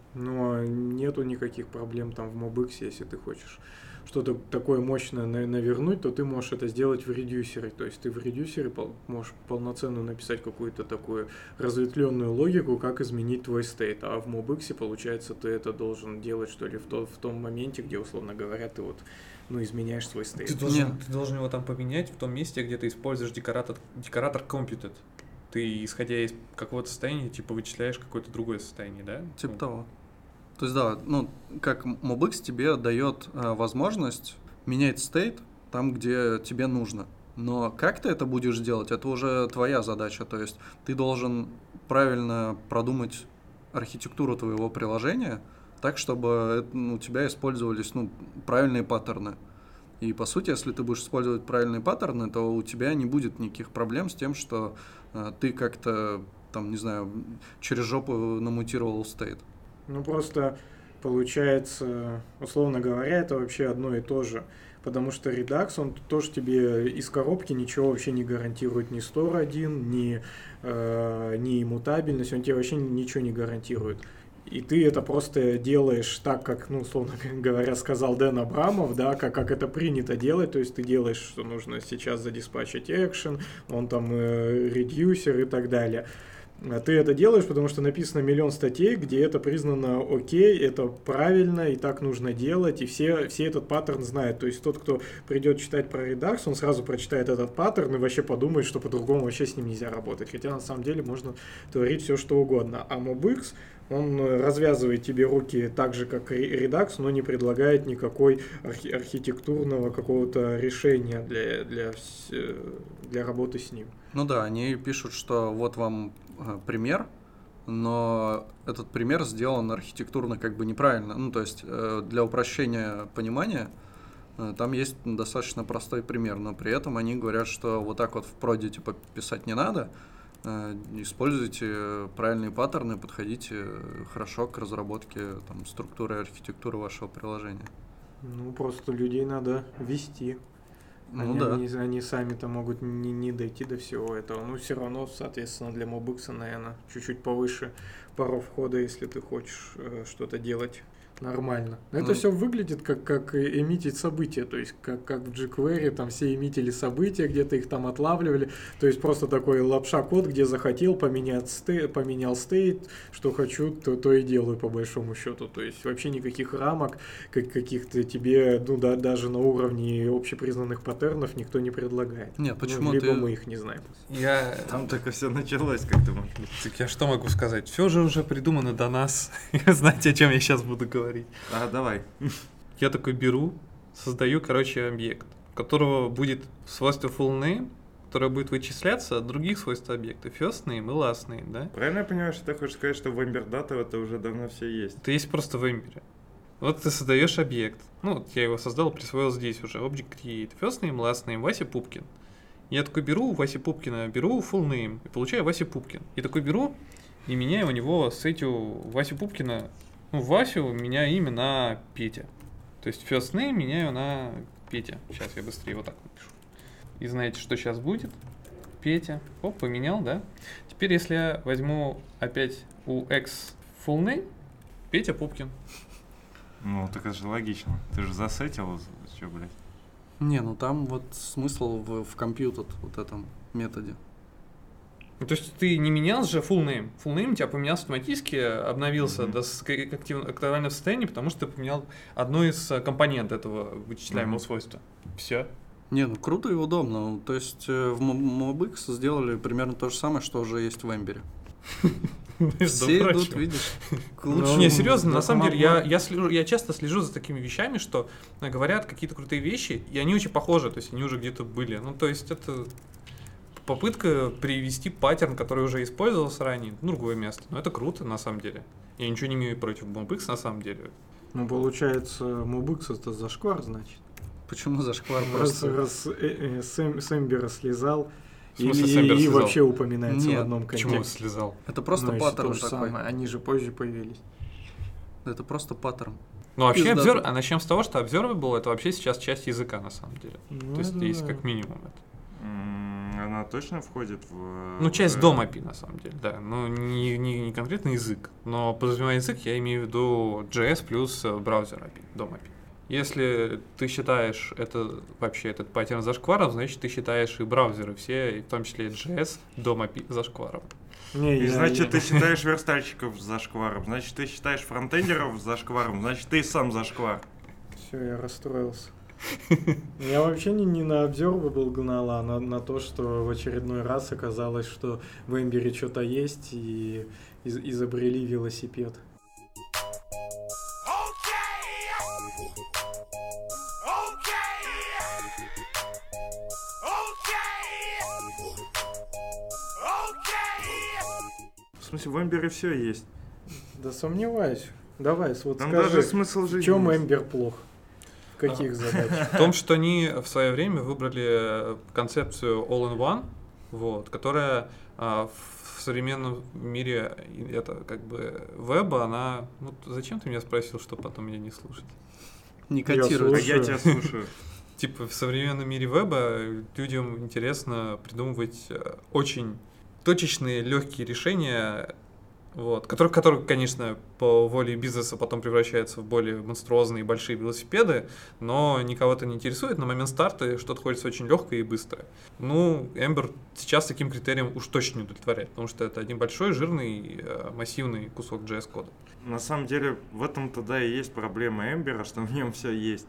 Но нету никаких проблем там в MobX, если ты хочешь что-то такое мощное навернуть, то ты можешь это сделать в редюсере. То есть ты в редюсере можешь полноценно написать какую-то такую разветвленную логику, как изменить твой стейт. А в MobX, получается, ты это должен делать, что ли, в том моменте, где, условно говоря, ты вот, ну, изменяешь свой стейт. Ты должен его там поменять в том месте, где ты используешь декоратор computed. Ты, исходя из какого-то состояния, типа, вычисляешь какое-то другое состояние, да? Типа того. То есть, да, ну, как MobX тебе дает возможность менять стейт там, где тебе нужно. Но как ты это будешь делать, это уже твоя задача. То есть ты должен правильно продумать архитектуру твоего приложения так, чтобы у тебя использовались, ну, правильные паттерны. И, по сути, если ты будешь использовать правильные паттерны, то у тебя не будет никаких проблем с тем, что ты как-то, там, не знаю, через жопу намутировал стейт. Ну, просто получается, условно говоря, это вообще одно и то же. Потому что Redux, он тоже тебе из коробки ничего вообще не гарантирует, ни Store 1, ни иммутабельность, он тебе вообще ничего не гарантирует. И ты это просто делаешь так, как, ну, условно говоря, сказал Дэн Абрамов, да, как это принято делать, то есть ты делаешь, что нужно сейчас задиспатчить экшен, он там редюсер и так далее. Ты это делаешь, потому что написано миллион статей, где это признано окей, это правильно, и так нужно делать, и все этот паттерн знают. То есть тот, кто придет читать про Redux, он сразу прочитает этот паттерн и вообще подумает, что по-другому вообще с ним нельзя работать. Хотя на самом деле можно творить все, что угодно. А MobX, он развязывает тебе руки так же, как и Redux, но не предлагает никакой архитектурного какого-то решения для работы с ним. Ну да, они пишут, что вот вам пример, но этот пример сделан архитектурно как бы неправильно. Ну, то есть для упрощения понимания там есть достаточно простой пример, но при этом они говорят, что вот так вот в проде типа писать не надо, используйте правильные паттерны, подходите хорошо к разработке там, структуры и архитектуры вашего приложения. Ну, просто людей надо вести. Они сами-то могут не дойти до всего этого. Ну, все равно, соответственно, для MobX, наверное, чуть-чуть повыше порог входа, если ты хочешь что-то делать нормально. Но это все выглядит как эмитить события, то есть как в jQuery, там все эмитили события, где-то их там отлавливали, то есть просто такой лапша-код, где захотел, поменял стейт, что хочу, то и делаю по большому счету, то есть вообще никаких рамок, каких-то тебе, даже на уровне общепризнанных паттернов никто не предлагает. Нет, почему либо мы их не знаем. Там только все началось, как ты можешь. Так я что могу сказать? Все же уже придумано до нас. Знаете, о чем я сейчас буду говорить? Давай. Я такой беру, создаю, объект, у которого будет свойство full name, которое будет вычисляться от других свойств объекта. First name и last name, да? Правильно я понимаю, что ты хочешь сказать, что в Ember Data это уже давно все есть? Это есть просто в Ember. Вот ты создаешь объект. Я его создал, присвоил здесь уже. Object create. First name, last name, Вася Пупкин. Я такой беру Вася Пупкина, беру full name и получаю Вася Пупкин. И такой беру и меняю у него с этим Васю Пупкина, Васю меняю имя на Петя. То есть first name меняю на Петя. Сейчас я быстрее вот так напишу. И знаете, что сейчас будет? Петя. Поменял, да? Теперь, если я возьму опять у X full name, Петя Пупкин. Так это же логично. Ты же засетил, что, блядь? Не, там вот смысл в computed вот этом методе. То есть ты не менял же full name. Full name у тебя поменялся автоматически, обновился до актуального состояния, потому что ты поменял одну из компонент этого вычисляемого свойства. Все. Не, круто и удобно. То есть в MobX сделали примерно то же самое, что уже есть в Ember. Все идут, видишь. Не, серьезно, на самом деле, я часто слежу за такими вещами, что говорят какие-то крутые вещи, и они очень похожи, то есть они уже где-то были. То есть это попытка привести паттерн, который уже использовался ранее, в другое место. Но это круто, на самом деле. Я ничего не имею против MobX, на самом деле. Получается, MobX это зашквар, значит. Почему зашквар? Раз с Эмбера слезал, и вообще упоминается в одном контексте. Почему слезал? Это просто паттерн такой. Самое. Они же позже появились. Это просто паттерн. Вообще, начнем с того, что Observable это вообще сейчас часть языка, на самом деле. То есть есть как минимум это. Она точно входит в... часть DOM API, на самом деле, да. Не конкретно язык. Но подразумевая язык, я имею в виду JS плюс браузер API, DOM API. Если ты считаешь этот паттерн зашкваром, значит, ты считаешь и браузеры все, и в том числе и JS, DOM API зашкваром. Значит, ты считаешь верстальщиков зашкваром, значит, ты считаешь фронтендеров зашкваром, значит, ты сам зашквар. Все, я расстроился. Я вообще не на Observable гнал, а на то, что в очередной раз оказалось, что в Ember что-то есть, и изобрели велосипед. В смысле, в Ember все есть. Да сомневаюсь. Давай, Там скажи, даже смысл жизни. В чем Ember плох? В каких задачах? В том, что они в свое время выбрали концепцию all-in-one, которая в современном мире веба, она... зачем ты меня спросил, чтобы потом меня не слушать? Не котирует. Я тебя слушаю. В современном мире веба людям интересно придумывать очень точечные, легкие решения, которые, конечно, по воле бизнеса потом превращаются в более монструозные большие велосипеды, но никого это не интересует. На момент старта что-то хочется очень легкое и быстрое. Ember сейчас таким критерием уж точно не удовлетворяет, потому что это один большой, жирный, массивный кусок JS-кода. На самом деле, в этом-то да и есть проблема Ember, что в нем все есть.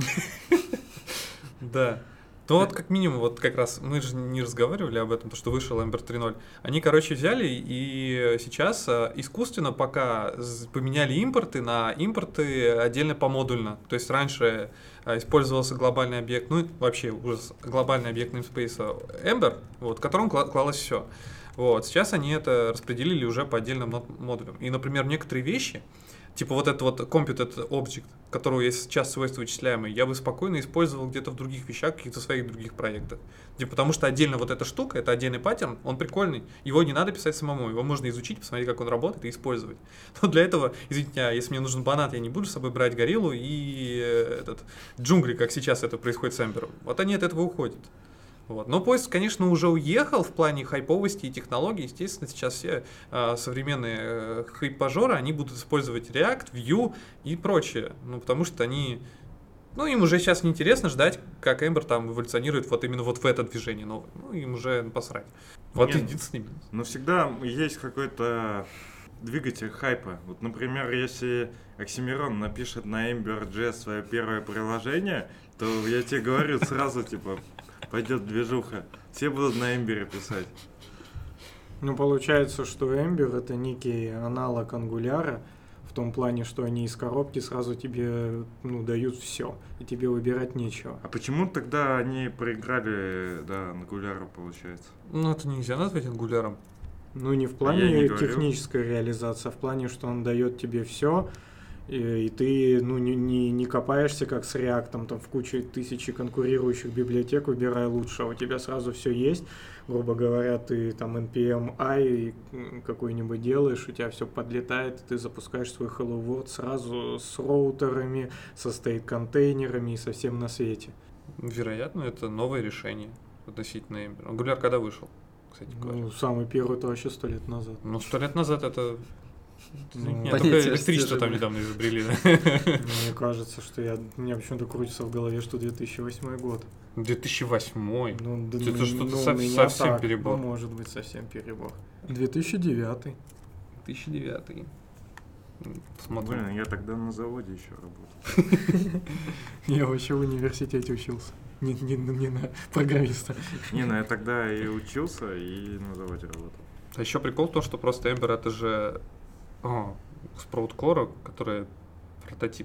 Да. Как минимум, как раз мы же не разговаривали об этом, то, что вышел Ember 3.0. Они, взяли и сейчас искусственно пока поменяли импорты на импорты отдельно помодульно. То есть раньше использовался глобальный объект, вообще уже глобальный объект namespace Ember, в котором клалось все. Сейчас они это распределили уже по отдельным модулям. И, например, некоторые вещи, этот computed object, у которого есть сейчас свойства вычисляемые, я бы спокойно использовал где-то в других вещах, каких-то своих других проектах. Потому что отдельно эта штука, это отдельный паттерн, он прикольный, его не надо писать самому, его можно изучить, посмотреть, как он работает и использовать. Но для этого, извините, если мне нужен банат, я не буду с собой брать гориллу и джунгли, как сейчас это происходит с Ember. Они от этого уходят. Вот. Но поиск, конечно, уже уехал в плане хайповости и технологий. Естественно, сейчас все современные хайпажоры, они будут использовать React, Vue и прочее. Ну, потому что они... Ну, им уже сейчас неинтересно ждать, как Ember там эволюционирует вот именно вот в это движение новое. Ну, им уже посрать. Вот единственный минус. Но всегда есть какой-то двигатель хайпа. Вот, например, если Оксимирон напишет на Ember.js свое первое приложение, то я тебе говорю сразу, типа, пойдет движуха. Все будут на Ember писать. Ну, получается, что Ember — это некий аналог Angular, в том плане, что они из коробки сразу тебе дают все, и тебе выбирать нечего. А почему тогда они проиграли, Angular, получается? Ну, это нельзя назвать ангуляром. Ну, не в плане технической реализации, а в плане, что он дает тебе все, и ты не копаешься, как с React, там в куче тысячи конкурирующих библиотек, выбирая лучше, а у тебя сразу все есть. Грубо говоря, ты там npm-i какой-нибудь делаешь, у тебя все подлетает, ты запускаешь свой Hello World сразу с роутерами, со стейт-контейнерами и со всем на свете. Вероятно, это новое решение относительно Ember. Angular когда вышел, кстати говоря? Ну, самый первый-то вообще 100 лет назад. Ну, 100 лет назад это... Нет, только электричество там недавно изобрели, да? Мне кажется, что у меня почему-то крутится в голове, что 2008 год. 2008? Ну, это что-то совсем перебор. Ну, может быть, совсем перебор. 2009. 2009. Посмотрим. Блин, я тогда на заводе еще работал. Я вообще в университете учился. Не на программиста. Я тогда и учился, и на заводе работал. А еще прикол то, что просто Ember это же Sprout Core, который прототип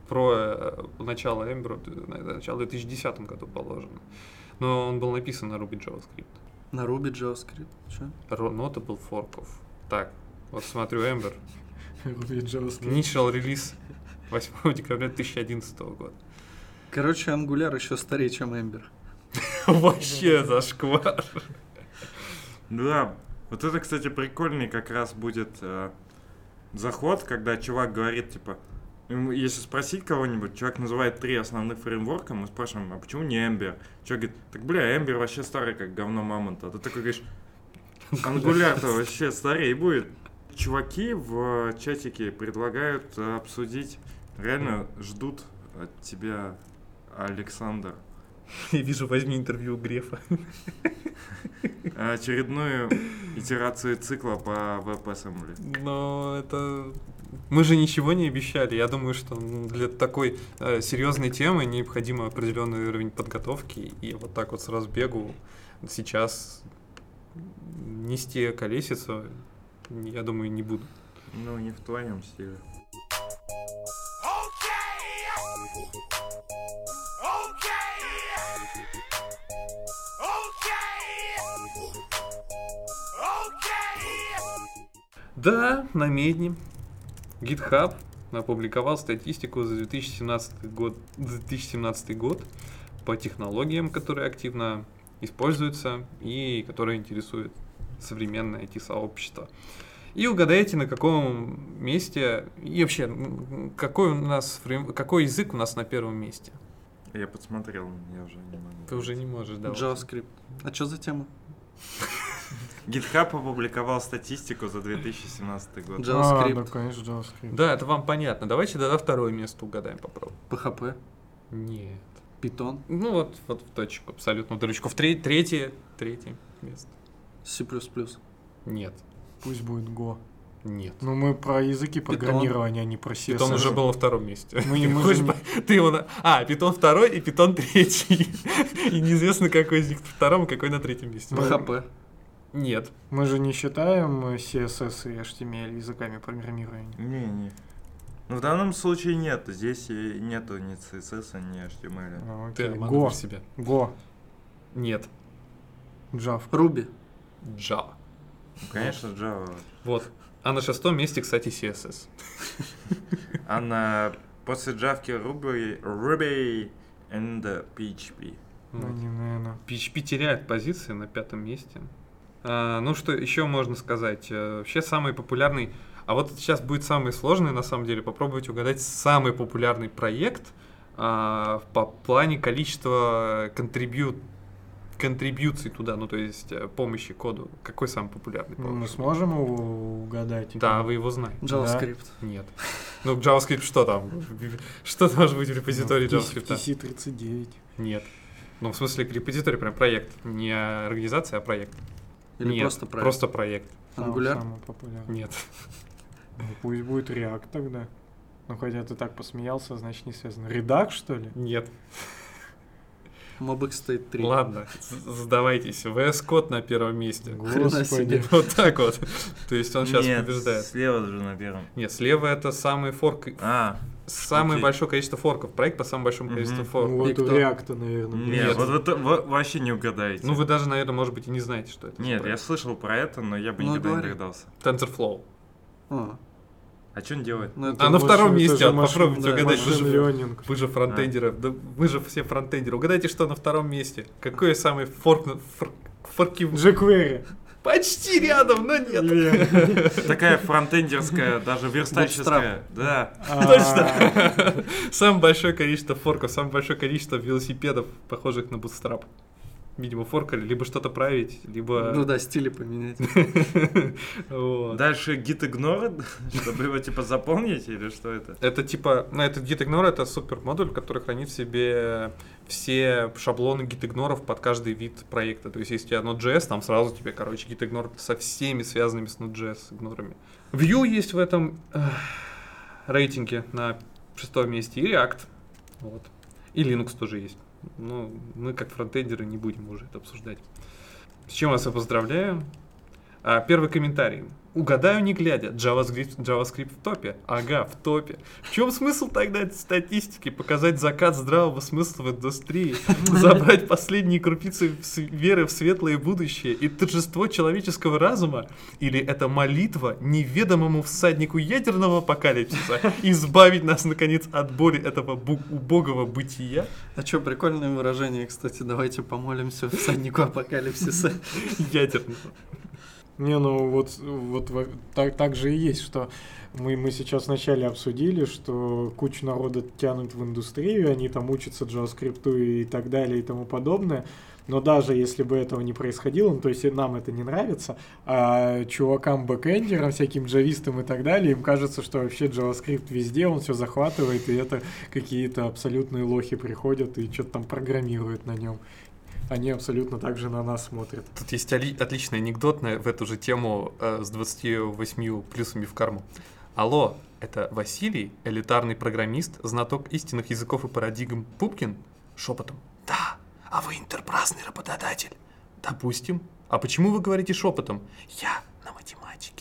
про начало Ember, начало в 2010 году положено. Но он был написан на Ruby JavaScript. На Ruby JavaScript? Что? Notable fork of. Так, вот смотрю Ember. Ruby JavaScript. Initial release 8 декабря 2011 года. Короче, Angular еще старее, чем Ember. Вообще зашквар. Да, вот это, кстати, прикольный как раз будет заход, когда чувак говорит, типа, если спросить кого-нибудь, чувак называет 3 основных фреймворка, мы спрашиваем, а почему не Ember? Чувак говорит, так, Ember вообще старый, как говно мамонта. А ты такой говоришь, Angular-то вообще старее будет. Чуваки в чатике предлагают обсудить, реально ждут от тебя, Александр. Я вижу, возьми интервью у Грефа. Очередную итерацию цикла по WebAssembly. Но это... Мы же ничего не обещали. Я думаю, что для такой серьезной темы необходим определенный уровень подготовки. И вот так вот с разбегу сейчас нести колесицу, я думаю, не буду. Ну, не в твоем стиле. Да, на медне. GitHub опубликовал статистику за 2017 год по технологиям, которые активно используются и которые интересуют современное IT-сообщество. И угадайте, на каком месте и вообще какой язык у нас на первом месте. Я подсмотрел, я уже не могу. Ты уже не можешь, да? JavaScript. А что за тема? GitHub опубликовал статистику за 2017 год. JavaScript. Да, конечно, JavaScript. Да, это вам понятно. Давайте тогда второе место угадаем, попробуем. PHP. Нет. Python. Ну вот в точку, абсолютно в дырочку. Третье место. C++. Нет. Пусть будет Go. Нет. Ну, мы про языки программирования, а не про CSS. Python уже был на втором месте. Ты его Python второй и Python третий. И неизвестно, какой из них на втором, и какой на третьем месте. PHP. Нет. Мы же не считаем CSS и HTML языками программирования. Не. Ну, в данном случае нет. Здесь нету ни CSS, ни HTML. Ты Go. обманываешь себя. Go. Нет. Java. Ruby. Java. Ну, конечно, Java. Вот. А на шестом месте, кстати, CSS. А после Java Ruby and PHP. Ну, не, наверное. PHP теряет позиции на пятом месте. Ну, что еще можно сказать? Вообще самый популярный... А вот сейчас будет самый сложный, на самом деле. Попробуйте угадать самый популярный проект по плане количества контрибьюций туда, ну, то есть помощи коду. Какой самый популярный? Мы сможем его угадать? Да, вы его знаете. JavaScript. Да? Нет. Ну, JavaScript что там? Что может быть в репозитории JavaScript? TC39. Нет. Ну, в смысле, репозиторий прям проект. Не организация, а проект. Или Нет, просто проект? Просто проект. Angular? Самый популярный. Нет. Ну, пусть будет React тогда. Ну, хотя ты так посмеялся, значит не связано. Redux, что ли? Нет. Mobix State 3. Ладно, сдавайтесь. VS Code на первом месте. Господи. Вот так вот. То есть он сейчас Нет, побеждает. слева же на первом. Нет, слева это самый форк. Самое окей. большое количество форков. Проект по самому большому количеству Ну, форков. вот И у кто? React, наверное. Нет, вот это вообще не угадаете. Ну, вы даже, наверное, может быть, и не знаете, что это. Нет, за я проект. слышал про это, но я бы Ну, никогда не говори. догадался. TensorFlow. А что он делает? Ну, это А на втором это месте, же попробуйте да, угадать. Machine learning. Вы же фронтендеры. Да вы же все фронтендеры. Угадайте, что на втором месте. Какой самый форки... jQuery. Почти рядом, но нет. Блин. Такая фронтендерская, даже верстальщическая. Да. Точно. Самое большое количество форков, самое большое количество велосипедов, похожих на Bootstrap. Видимо, форкали, либо что-то править, либо... Ну да, стили поменять. Вот. Дальше git ignore, чтобы его типа заполнить или что это? Это типа, ну, это gitignore, это супер модуль, который хранит в себе все шаблоны gitignore под каждый вид проекта. То есть, если у тебя Node.js, там сразу тебе, короче, gitignore со всеми связанными с Node.js игнорами. Vue есть в этом рейтинге на 6-м месте, и React. Вот. И Linux тоже есть. Ну, мы как фронтендеры не будем уже это обсуждать. С чем вас я поздравляю. Первый комментарий. Угадаю не глядя. JavaScript в топе. Ага, в топе. В чем смысл тогда этой статистики? Показать закат здравого смысла в индустрии? Забрать последние крупицы веры в светлое будущее и торжество человеческого разума? Или это молитва неведомому всаднику ядерного апокалипсиса избавить нас, наконец, от боли этого убогого бытия? А что, прикольное выражение, кстати, давайте помолимся всаднику апокалипсиса. Ядерного. Не, ну вот так же и есть, что мы сейчас вначале обсудили, что кучу народа тянут в индустрию, они там учатся JavaScript и так далее и тому подобное. Но даже если бы этого не происходило, ну, то есть нам это не нравится, а чувакам-бэкэндерам, всяким джавистам и так далее, им кажется, что вообще JavaScript везде, он все захватывает, и это какие-то абсолютные лохи приходят и что-то там программируют на нем. Они абсолютно так же на нас смотрят. Тут есть отличный анекдот в эту же тему с 28 плюсами в карму. Алло, это Василий, элитарный программист, знаток истинных языков и парадигм Пупкин? Шепотом. Да, а вы интерпрайзный работодатель? Допустим. А почему вы говорите шепотом? Я на математике.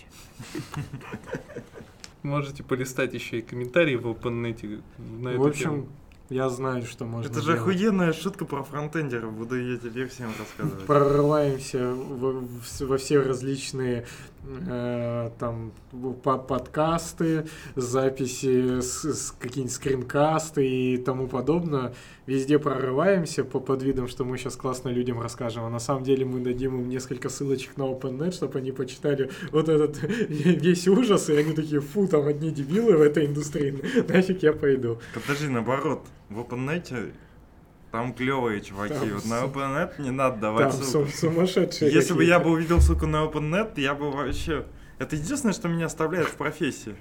Можете полистать еще и комментарии в OpenNet на эту В общем, тему. Я знаю, что можно Это же делать. охуенная шутка про фронтендеров, буду ее теперь всем рассказывать. Прорываемся во все различные там подкасты, записи, какие-нибудь скринкасты и тому подобное. Везде прорываемся под видом, что мы сейчас классно людям расскажем. А на самом деле мы дадим им несколько ссылочек на OpenNet, чтобы они почитали вот этот весь ужас, и они такие, фу, там одни дебилы в этой индустрии, нафиг я пойду. Подожди, наоборот, в OpenNet там клевые чуваки. Там вот на OpenNet не надо давать Там ссылку. сумасшедшие Если бы я какие-то. бы увидел ссылку на OpenNet, я бы вообще... Это единственное, что меня оставляет в профессии.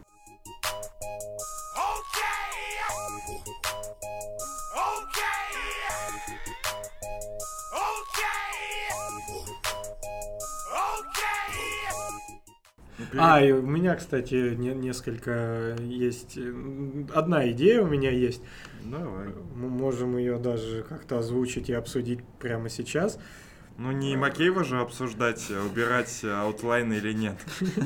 И у меня, кстати, несколько есть... Одна идея у меня есть. Давай. Мы можем ее даже как-то озвучить и обсудить прямо сейчас. Ну не Макеева же обсуждать, убирать аутлайны или нет.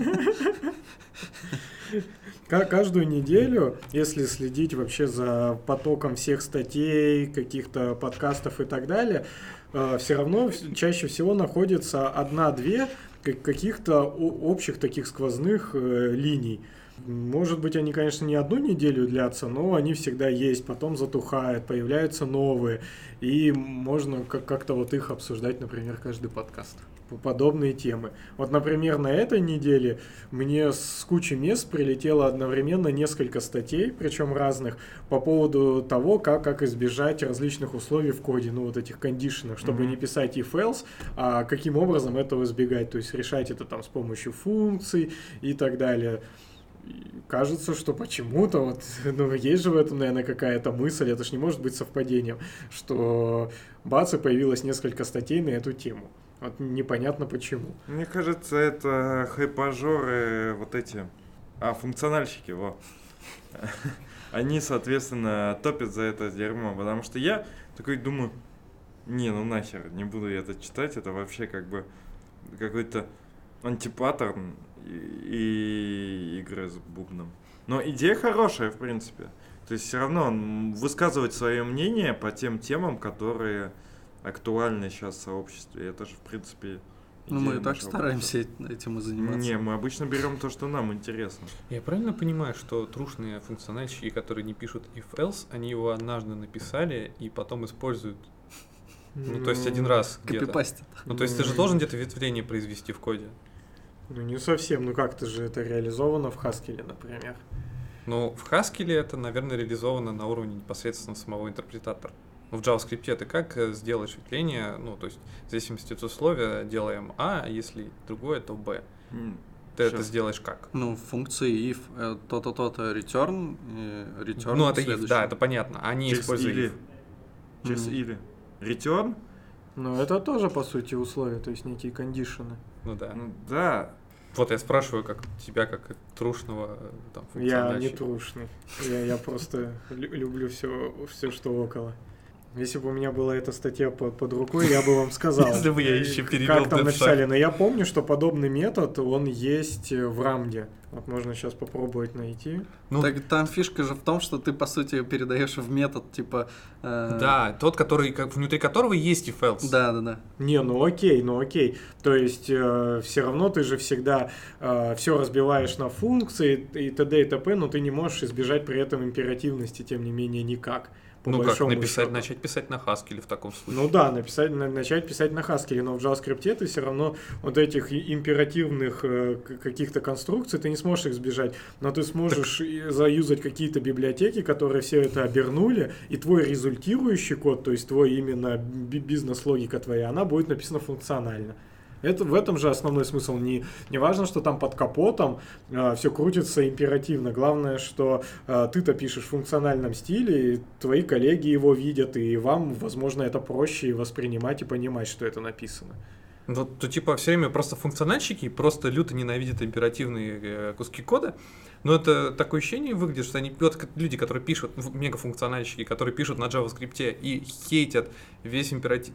Каждую неделю, если следить вообще за потоком всех статей, каких-то подкастов и так далее, все равно чаще всего находится одна-две каких-то общих таких сквозных линий. Может быть, они, конечно, не одну неделю длятся, но они всегда есть, потом затухают, появляются новые, и можно как-то вот их обсуждать, например, каждый подкаст. подобные темы. Вот, например, на этой неделе мне с кучи мест прилетело одновременно несколько статей, причем разных, по поводу того, как избежать различных условий в коде, ну вот этих кондишенов, чтобы не писать if-else, а каким образом этого избегать, то есть решать это там с помощью функций и так далее. Кажется, что почему-то, вот, ну, есть же в этом, наверное, какая-то мысль, это ж не может быть совпадением, что бац, и появилось несколько статей на эту тему. Вот непонятно почему. Мне кажется, это хайпажоры вот эти, функциональщики, Они, соответственно, топят за это дерьмо, потому что я такой думаю, не, ну нахер, не буду я это читать, это вообще как бы какой-то антипаттерн и игры с бубном. Но идея хорошая, в принципе. То есть все равно высказывать свое мнение по тем темам, которые актуальны сейчас в сообществе. Это же, в принципе... Ну, мы и так стараемся этим и заниматься. Не, мы обычно берем то, что нам интересно. Я правильно понимаю, что трушные функциональщики, которые не пишут if-else, они его однажды написали и потом используют? Ну, то есть один раз где-то. Копипастят. Ну, то есть ты же должен где-то ветвление произвести в коде. Ну, не совсем. Ну, как-то же это реализовано в Haskell, например. Ну, в Haskell это, наверное, реализовано на уровне непосредственно самого интерпретатора. В JavaScript ты как сделаешь ветвление, ну, то есть в зависимости от условия делаем А, если другое, то Б. Ты это сделаешь как? Ну, функции if, то-то, return, return. Ну, это if, да, это понятно. Они используют if. Через или. Return? Ну, это тоже, по сути, условия, то есть некие кондишены. Ну, да. Ну, да. Вот я спрашиваю, как тебя, как трушного там Я не трушный. Я просто люблю все, что около. Если бы у меня была эта статья под рукой, я бы вам сказал. Если бы я еще перевел как там написали. Но я помню, что подобный метод, он есть в Рамде. Вот можно сейчас попробовать найти. Ну, так там фишка же в том, что ты, по сути, передаешь в метод, типа... Да, тот, который, внутри которого есть if-else. Да. Не, ну окей. То есть все равно ты же всегда все разбиваешь на функции и т.д. и т.п., но ты не можешь избежать при этом императивности, тем не менее, никак. Ну как, начать писать на Haskell в таком случае? Ну да, начать писать на Haskell, но в JavaScript ты все равно вот этих императивных каких-то конструкций ты не сможешь их избежать, но ты сможешь заюзать какие-то библиотеки, которые все это обернули, и твой результирующий код, то есть твой именно бизнес-логика твоя, она будет написана функционально. Это в этом же основной смысл. Не важно, что там под капотом все крутится императивно. Главное, что ты-то пишешь в функциональном стиле, и твои коллеги его видят, и вам, возможно, это проще воспринимать и понимать, что это написано. Вот, то типа все время просто функциональщики просто люто ненавидят императивные куски кода, но это такое ощущение выглядит, что они, вот люди, которые пишут, мегафункциональщики, которые пишут на JavaScript и хейтят весь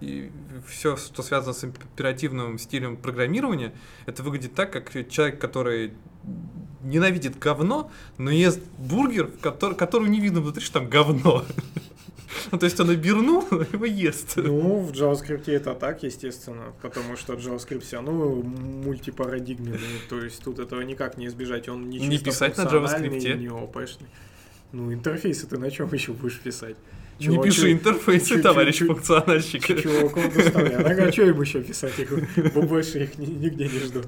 все, что связано с императивным стилем программирования, это выглядит так, как человек, который ненавидит говно, но ест бургер, который не видно внутри, что там говно. Ну, то есть он обернул, его ест. Ну, в JavaScript это так, естественно, потому что JavaScript все равно мультипарадигменный, то есть тут этого никак не избежать, он не чисто писать на JavaScript, не ОПшный. Ну, интерфейсы ты на чем еще будешь писать? Не пиши интерфейсы, товарищ функциональщик. Чувак, он доставляет. А что им еще писать? Больше их нигде не ждут.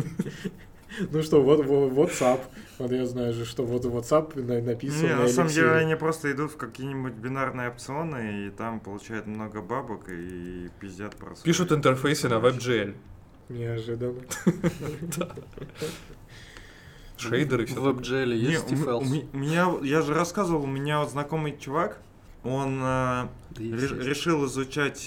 Ну что, вот WhatsApp. Вот я знаю же, что вот WhatsApp написан. Не, на самом деле они просто идут в какие-нибудь бинарные опционы, и там получают много бабок и пиздят просто. Пишут интерфейсы на WebGL. Неожиданно. Шейдеры и все. В WebGL есть if-else. Я же рассказывал, у меня вот знакомый чувак, он решил изучать,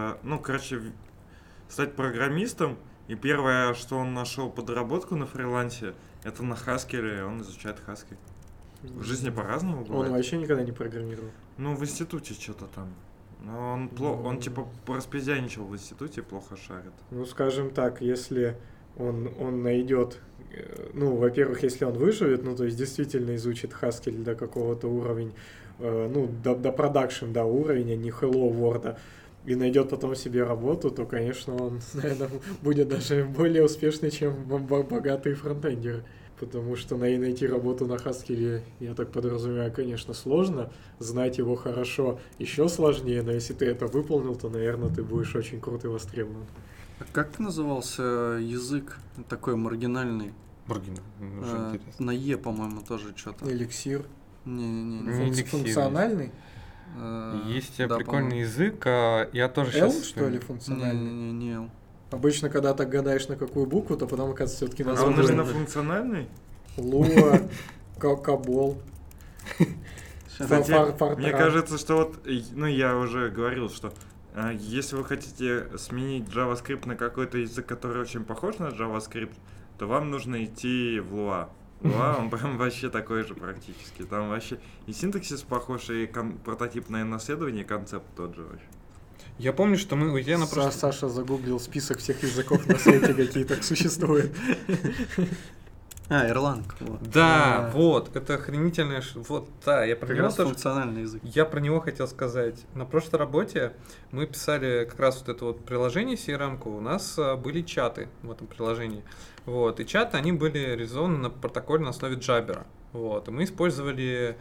стать программистом, и первое, что он нашел подработку на фрилансе, это на Haskell, он изучает Haskell. В жизни по-разному бывает. Он вообще никогда не программировал? Ну, в институте что-то там. Но он типа распиздяничал в институте, плохо шарит. Ну, скажем так, если он найдет, ну, во-первых, если он выживет, ну, то есть действительно изучит Haskell до какого-то уровня, до продакшн, до уровня, не Hello World, и найдет потом себе работу, то, конечно, он, наверное, будет даже более успешный, чем богатые фронтендеры. Потому что найти работу на Haskell, я так подразумеваю, конечно, сложно. Знать его хорошо еще сложнее, но если ты это выполнил, то, наверное, ты будешь очень круто востребован. Как назывался язык такой маргинальный? На Е, по-моему, тоже что-то. Эликсир. Не функциональный? Есть прикольный язык, я тоже сейчас... L, что ли, функциональный? Не L. Обычно, когда так гадаешь на какую букву, то потом, оказывается, все-таки название. А он именно функциональный? Луа, Кабол. Кстати, мне кажется, что вот, ну, я уже говорил, что если вы хотите сменить JavaScript на какой-то язык, который очень похож на JavaScript, то вам нужно идти в Lua. Lua, он прям вообще такой же практически. Там вообще и синтаксис похож, и прототипное наследование, и концепт тот же вообще. Я помню, что Саша загуглил список всех языков на свете, какие так существуют. Erlang. Да, вот, это охренительное... Вот, да, я про него тоже... функциональный язык. Я про него хотел сказать. На прошлой работе мы писали как раз вот это вот приложение CRM-ку. У нас были чаты в этом приложении. Вот, и чаты, они были реализованы на протоколе на основе Jabber. Вот, и мы использовали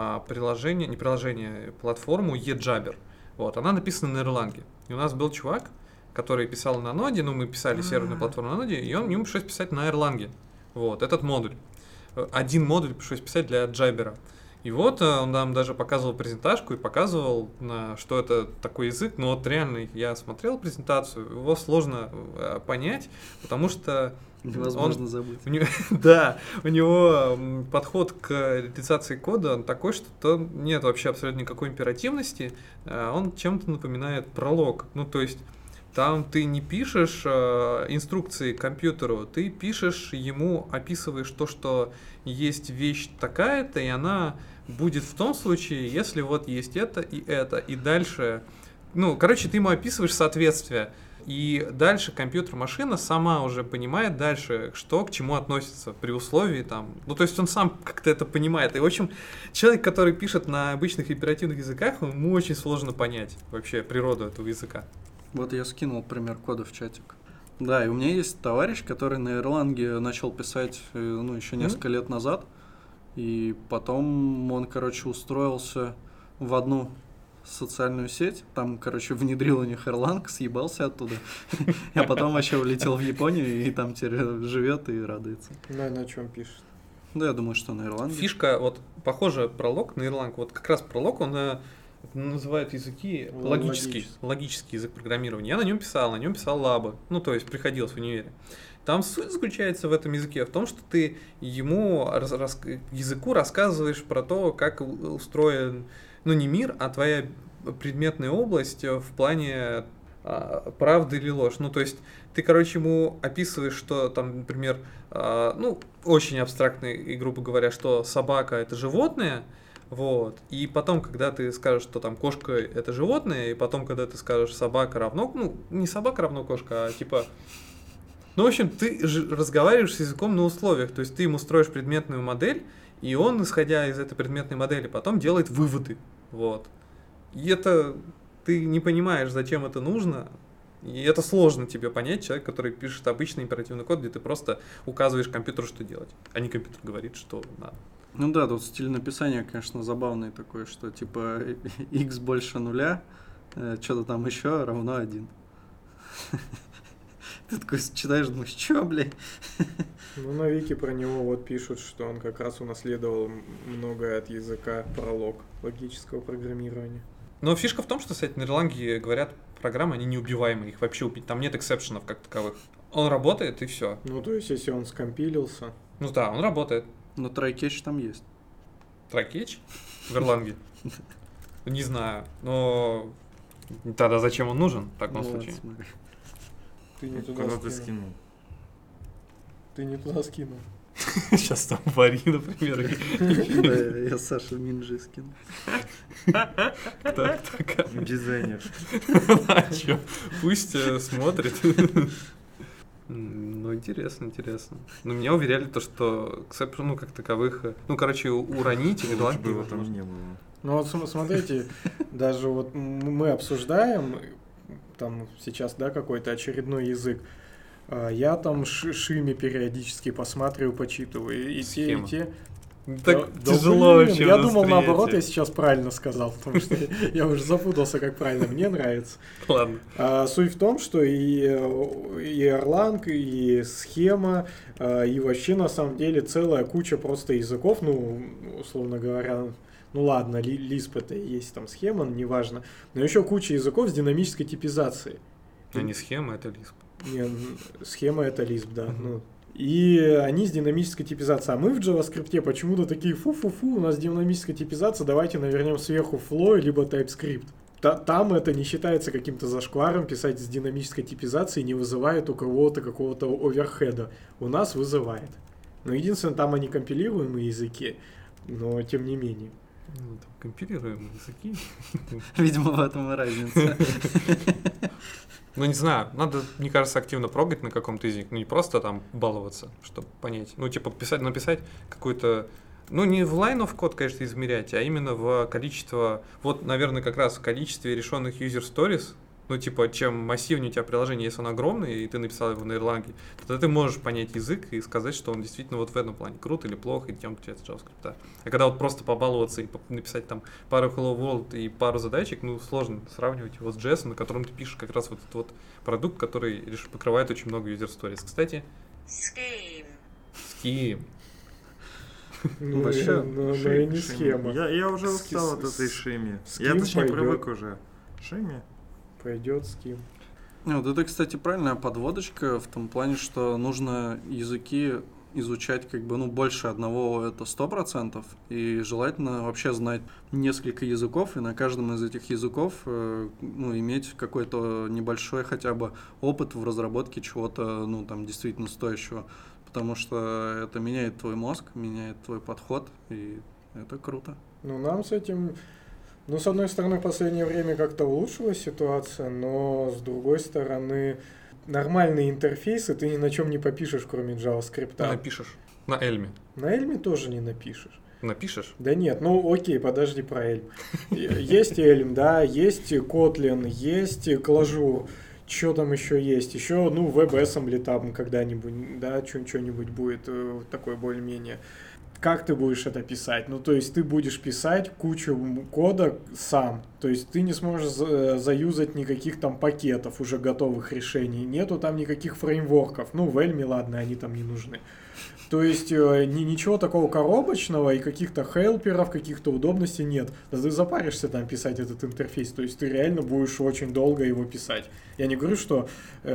платформу eJabber. Вот, она написана на Erlang. И у нас был чувак, который писал на ноде, мы писали серверную платформу на ноде, и ему пришлось писать на Erlang. Вот, этот модуль. Один модуль пришлось писать для Jabber. И вот он нам даже показывал презентажку и показывал, что это такой язык. Но вот реально я смотрел презентацию, его сложно понять, потому что... Невозможно забыть. Да, у него подход к реализации кода он такой, что там нет вообще абсолютно никакой императивности. Он чем-то напоминает пролог. Ну, то есть... Там ты не пишешь инструкции компьютеру, ты пишешь ему, описываешь то, что есть вещь такая-то, и она будет в том случае, если вот есть это, и дальше... Ну, короче, ты ему описываешь соответствие, и дальше компьютер-машина сама уже понимает дальше, что к чему относится при условии там... Ну, то есть он сам как-то это понимает. И, в общем, человек, который пишет на обычных императивных языках, ему очень сложно понять вообще природу этого языка. Вот я скинул пример кода в чатик. Да, и у меня есть товарищ, который на Erlang начал писать, еще несколько лет назад. И потом он, устроился в одну социальную сеть. Там, внедрил у них Erlang, съебался оттуда. А потом вообще улетел в Японию и там теперь живет и радуется. На чем пишет? Да, я думаю, что на Erlang. Фишка, вот, похоже, пролог на Erlang. Вот как раз пролог, он... называют языки логический язык программирования. Я на нем писал лабы. Ну, то есть приходилось в универе. Там суть заключается в этом языке в том, что ты языку рассказываешь про то, как устроен, не мир, а твоя предметная область в плане правды или ложь. Ну, то есть ты, ему описываешь, что там, например, очень абстрактно и грубо говоря, что собака — это животное. Вот. И потом, когда ты скажешь, что там кошка — это животное, и потом, когда ты скажешь собака равно, не собака равно кошка, а типа... в общем, ты разговариваешь с языком на условиях, то есть ты ему строишь предметную модель, и он, исходя из этой предметной модели, потом делает выводы. Вот. И это... Ты не понимаешь, зачем это нужно, и это сложно тебе понять, человек, который пишет обычный императивный код, где ты просто указываешь компьютеру, что делать, а не компьютер говорит, что надо. Ну да, тут стиль написания, конечно, забавный такой, что типа x больше нуля, что-то там еще равно 1. Ты такой читаешь, думаешь, что, блядь? На Вики про него вот пишут, что он как раз унаследовал многое от языка пролог логического программирования. Но фишка в том, что, кстати, на Erlang говорят, программы, они неубиваемые, их вообще убить, там нет эксепшенов как таковых. Он работает, и все. То есть, если он скомпилился... Да, он работает. Но try-catch там есть. Try-catch? В Erlang? Не знаю, но тогда зачем он нужен в таком случае? Ты не туда скинул. Ты не туда скинул. Сейчас там вари, например. Я Саша Минджи скинул. Так. Дизайнер. А что? Пусть смотрит. Интересно. Но меня уверяли, что эксепшн, как таковых, уронить или Erlang было там не было. Вот смотрите, даже вот мы обсуждаем там сейчас, какой-то очередной язык. Я там Шими периодически посматриваю, почитываю. И те, Так тяжело вообще. Я думал, наоборот, я сейчас правильно сказал, потому что я уже запутался, как правильно. Мне нравится. Ладно. Суть в том, что и Erlang, и схема, и вообще на самом деле целая куча просто языков, ну, условно говоря, ну ладно, Lisp это и есть там схема, неважно, но еще куча языков с динамической типизацией. А не схема, это Lisp. Не, схема это Lisp, да. Ну, и они с динамической типизацией. А мы в JavaScript почему-то такие, фу-фу-фу, у нас динамическая типизация, давайте навернем сверху Flow, либо TypeScript. Там это не считается каким-то зашкваром, писать с динамической типизацией не вызывает у кого-то какого-то оверхеда. У нас вызывает. Но единственное, там они компилируемые языки, но тем не менее. Ну, там компилируемые языки. Видимо, в этом и разница. Ну, не знаю, надо, мне кажется, активно прогать на каком-то языке, ну, не просто там баловаться, чтобы понять. Ну, типа, написать какой-то, ну, не в line of code, конечно, измерять, а именно в количество, вот, наверное, как раз в количестве решенных user stories. Ну, типа, чем массивнее у тебя приложение, если оно огромное, и ты написал его на Erlang, тогда ты можешь понять язык и сказать, что он действительно вот в этом плане крут или плохо, и тем отличается JavaScript. А когда вот просто побаловаться и написать там пару Hello World и пару задачек, ну, сложно сравнивать его с JS, на котором ты пишешь как раз вот этот вот продукт, который покрывает очень много user stories. Кстати, Scheme. Ну, вообще, но и не схема. Я уже устал от этой шими. Я точнее привык уже. Шими. Пойдет Scheme. Вот это, кстати, правильная подводочка в том плане, что нужно языки изучать как бы, ну, больше одного, это 100%, и желательно вообще знать несколько языков, и на каждом из этих языков, ну, иметь какой-то небольшой хотя бы опыт в разработке чего-то, ну, там, действительно стоящего, потому что это меняет твой мозг, меняет твой подход, и это круто. Ну, нам с этим... Ну, с одной стороны, в последнее время как-то улучшилась ситуация, но с другой стороны, нормальные интерфейсы ты ни на чем не попишешь, кроме JavaScript. Напишешь. На Elm. На Elm тоже не напишешь. Напишешь? Да нет, ну окей, подожди про Elm. Есть Elm, да, есть Kotlin, есть Clojure. Что там еще есть? Еще, ну, WebAssembly там когда-нибудь, да, что-нибудь будет такое более-менее. Как ты будешь это писать? Ну, то есть ты будешь писать кучу кода сам. То есть ты не сможешь заюзать никаких там пакетов, уже готовых решений. Нету там никаких фреймворков. Ну, в Elm, ладно, они там не нужны. То есть ничего такого коробочного и каких-то хелперов, каких-то удобностей нет. Да ты запаришься там писать этот интерфейс. То есть ты реально будешь очень долго его писать. Я не говорю, что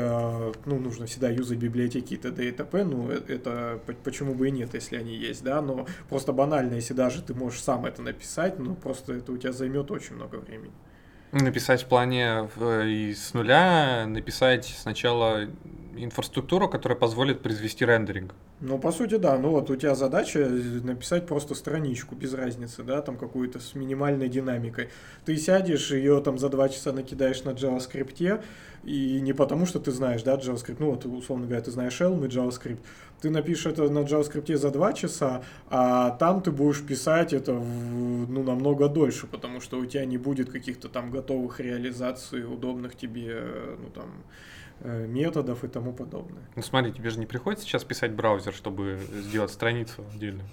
ну, нужно всегда юзать библиотеки т.д. и т.п. Ну, это почему бы и нет, если они есть, да. Но просто банально, если даже ты можешь сам это написать, ну, просто это у тебя займет очень много времени. Написать в плане с нуля, написать сначала инфраструктуру, которая позволит произвести рендеринг. Ну, по сути, да. Ну, вот у тебя задача написать просто страничку, без разницы, да, там какую-то с минимальной динамикой. Ты сядешь, ее там за 2 часа накидаешь на JavaScript, и не потому, что ты знаешь, да, JavaScript, ну, вот, условно говоря, ты знаешь Elm и JavaScript. Ты напишешь это на JavaScript за 2 часа, а там ты будешь писать это ну, намного дольше, потому что у тебя не будет каких-то там готовых реализаций, удобных тебе, ну, там, методов и тому подобное. Ну смотри, тебе же не приходится сейчас писать браузер, чтобы сделать страницу отдельную.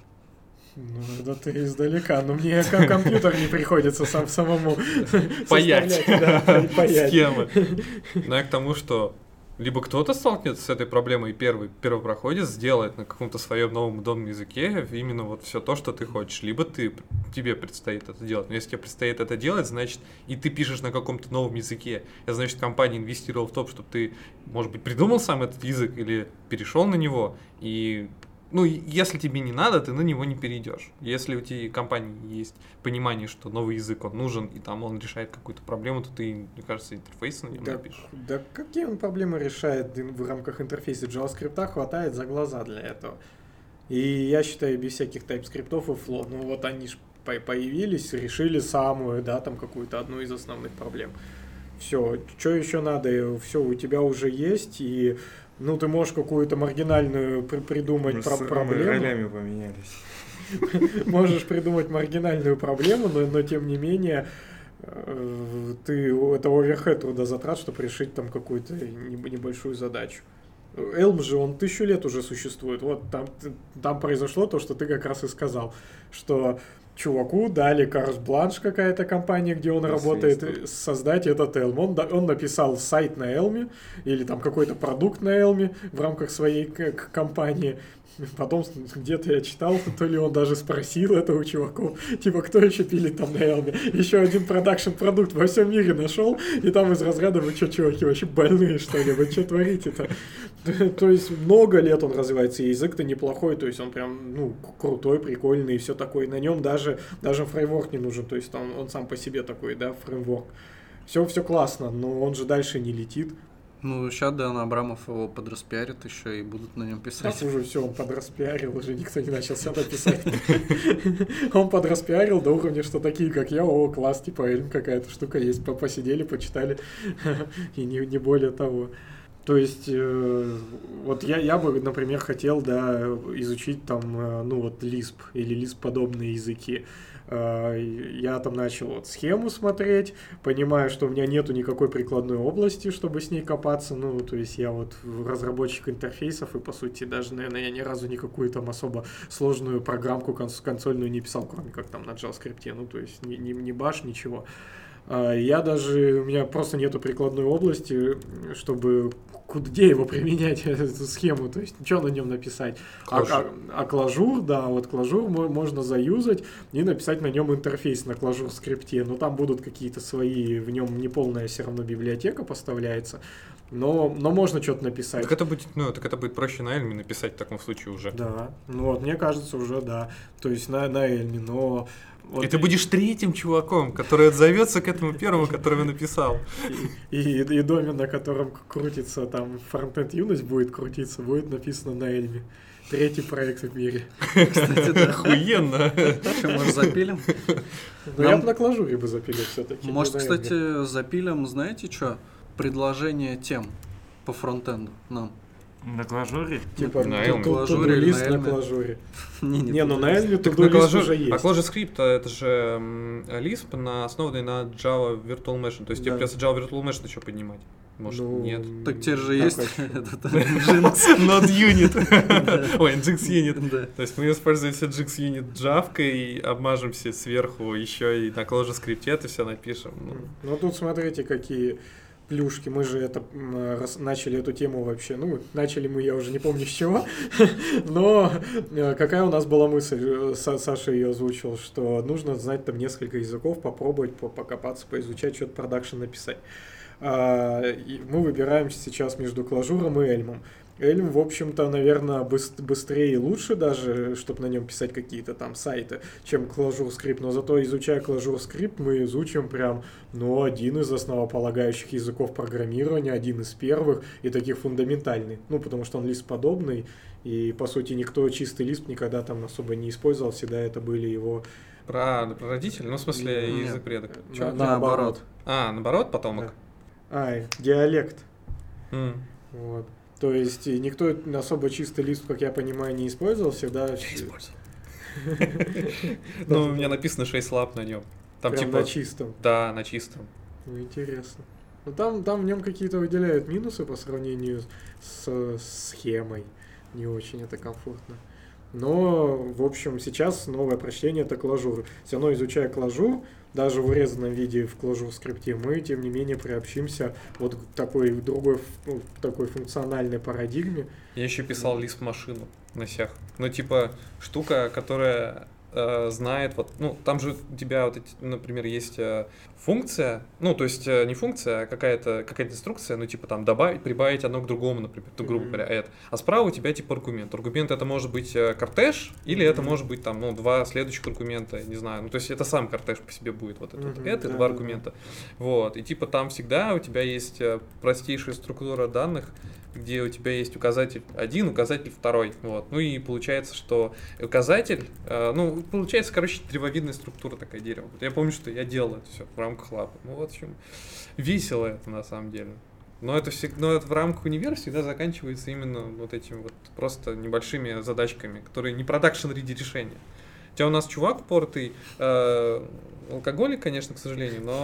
Ну, это ты издалека, но мне как компьютер не приходится самому паять схемы. Но я к тому, что либо кто-то столкнется с этой проблемой и первопроходец сделает на каком-то своем новом удобном языке именно вот все то, что ты хочешь, либо тебе предстоит это делать. Но если тебе предстоит это делать, значит, и ты пишешь на каком-то новом языке, это значит, компания инвестировала в то, чтобы ты, может быть, придумал сам этот язык или перешел на него, и ну, если тебе не надо, ты на него не перейдешь. Если у тебя компании есть понимание, что новый язык он нужен, и там он решает какую-то проблему, то ты, мне кажется, интерфейс на нем напишешь. Да какие он проблемы решает в рамках интерфейса? JavaScript хватает за глаза для этого. И я считаю, без всяких TypeScript и Flow. Ну вот они же появились, решили самую, да, там какую-то одну из основных проблем. Все, что еще надо? Все у тебя уже есть, и ну, ты можешь какую-то маргинальную придумать проблему. Мы ролями поменялись. Можешь придумать маргинальную проблему, но тем не менее, это оверхед трудозатрат, чтобы решить там какую-то небольшую задачу. Elm же, он 1000 лет уже существует. Вот там произошло то, что ты как раз и сказал, что чуваку дали карт-бланш какая-то компания, где он работает, создать этот Elm. Он написал сайт на Elm или там какой-то продукт на Elm в рамках своей компании. Потом где-то я читал, то ли он даже спросил это у чуваков, типа, кто еще пилит там на Elm? Еще один продакшн-продукт во всем мире нашел, и там из разряда, вы что, чуваки, вообще больные, что ли? Вы что творите-то? То есть много лет он развивается, и язык-то неплохой, то есть он прям, ну, крутой, прикольный и все такое. На нем даже фреймворк не нужен, то есть он сам по себе такой, да, фреймворк. Все классно, но он же дальше не летит. Ну, сейчас Дэн Абрамов его подраспиарит еще и будут на нем писать. Так уже все, он подраспиарил, уже никто не начал сюда писать. Он подраспиарил до уровня, что такие, как я, о, класс, типа Elm какая-то штука есть, посидели, почитали, и не более того. То есть, вот я бы, например, хотел, да, изучить там, ну, вот Lisp или Lisp-подобные языки. Я там начал вот схему смотреть, понимаю, что у меня нету никакой прикладной области, чтобы с ней копаться, ну, то есть я вот разработчик интерфейсов, и, по сути, даже, наверное, я ни разу никакую там особо сложную программку консольную не писал, кроме как там на JavaScript, ну, то есть ни баш, ничего. У меня просто нету прикладной области, чтобы где его применять, эту схему, то есть что на нем написать. А Clojure, да, вот Clojure можно заюзать и написать на нем интерфейс на Clojure скрипте, но там будут какие-то свои, в нем неполная все равно библиотека поставляется, но можно что-то написать. Так это будет проще на Elm написать в таком случае уже. Да, ну вот, мне кажется, уже да, то есть на Elm, но... Вот. И ты будешь третьим чуваком, который отзовется к этому первому, который я написал. И домен, на котором крутится, там, фронтенд юность будет крутиться, будет написано на Эльме. Третий проект в мире. Кстати, да. Охуенно. Что, может, запилим? Ну, я бы на Clojure бы запилил все-таки. Может, кстати, запилим, знаете что? Предложение тем по фронтенду нам. На Clojure? Типа на Elm. To-do list на Clojure. Не, ну на Elm to-do list уже есть. А Clojure Script это же Lisp, основанный на Java Virtual Machine. То есть тебе придется Java Virtual Machine еще поднимать. Может, нет. Так теперь же есть этот Nginx. Not Unit. Ой, Nginx Unit. То есть мы используем все Nginx Unit Java и обмажемся сверху еще и на Clojure Script это все напишем. Ну тут смотрите, какие... плюшки, мы же это начали эту тему вообще, начали мы, я уже не помню с чего, но какая у нас была мысль, Саша ее озвучил, что нужно знать там несколько языков, попробовать, покопаться, поизучать, что-то продакшн написать. Мы выбираем сейчас между Clojure и Elm. Elm, в общем-то, наверное, быстрее и лучше даже, чтобы на нем писать какие-то там сайты, чем Clojure Script. Но зато, изучая Clojure Script, мы изучим прям, один из основополагающих языков программирования, один из первых и таких фундаментальный. Потому что он Lisp-подобный, и, по сути, никто чистый Lisp никогда там особо не использовал, всегда это были его... Про родителей? В смысле, язык предок? Наоборот. Наоборот, потомок? Диалект. Вот. То есть никто особо чистый Lisp, как я понимаю, не использовал, всегда... Я использовал. У меня написано 6 лап на нем. Прям типа на чистом? Да, на чистом. Интересно. Там в нем какие-то выделяют минусы по сравнению с схемой. Не очень это комфортно. Но, в общем, сейчас новое прочтение — это Clojure. Все равно, изучая Clojure, даже в урезанном виде в Clojure скрипте, мы, тем не менее, приобщимся вот к такой функциональной парадигме. Я еще писал Lisp-машину на сях. Штука, которая знает, там же у тебя например, есть функция, то есть не функция, а какая-то инструкция, там добавить, прибавить одно к другому, например, грубо говоря, это. А справа у тебя аргумент. Аргумент это может быть кортеж, или это может быть два следующих аргумента, не знаю, то есть это сам кортеж по себе будет, это два аргумента. Вот, и там всегда у тебя есть простейшая структура данных, где у тебя есть указатель 1, указатель 2. И получается, что указатель, получается, древовидная структура такая дерево. Я помню, что я делал это все в рамках лапы. В общем, весело это на самом деле. Но это в рамках универа всегда заканчивается именно этими просто небольшими задачками, которые не продакшн-реди решения. Хотя у нас чувак упоротый, алкоголик, конечно, к сожалению, но...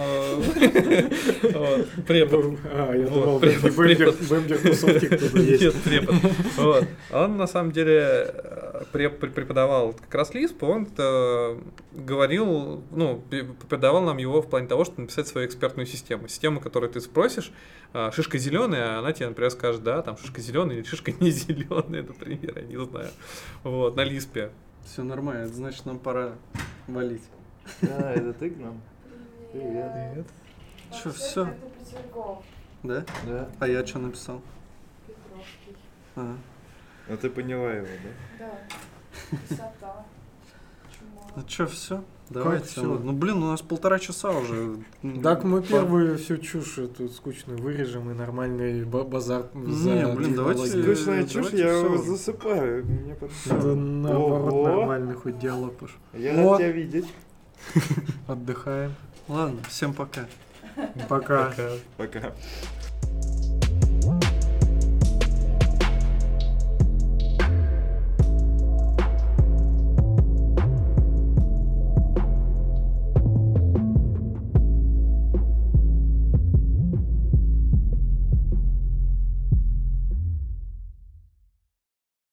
Препод. Я думал, Бэмбер тусовки кто-то есть. Нет, препод. Он, на самом деле, преподавал как раз Lisp, он говорил, преподавал нам его в плане того, чтобы написать свою экспертную систему. Систему, которую ты спросишь, шишка зеленая, она тебе, например, скажет, да, там шишка зеленая или шишка не зеленая, например, я не знаю. Вот, на Lisp. Все нормально, это значит, нам пора валить. Да, это ты к нам? Привет. Че, все? Да? Да. А я что написал? Петровский. Ну ты поняла его, да? Да. Высота. Чума. Ну что, все? Давайте. всё? Ну блин, у нас 1,5 часа уже. Так мы первую всю чушь эту скучную вырежем и нормальный базар Не, блин, давайте- Скучная чушь, давайте я всё. засыпаю. Мне Надо наоборот Ого. нормальный хоть диалог пошел. Я Вот. рад тебя видеть. Отдыхаем. Ладно, всем пока. Пока. Пока.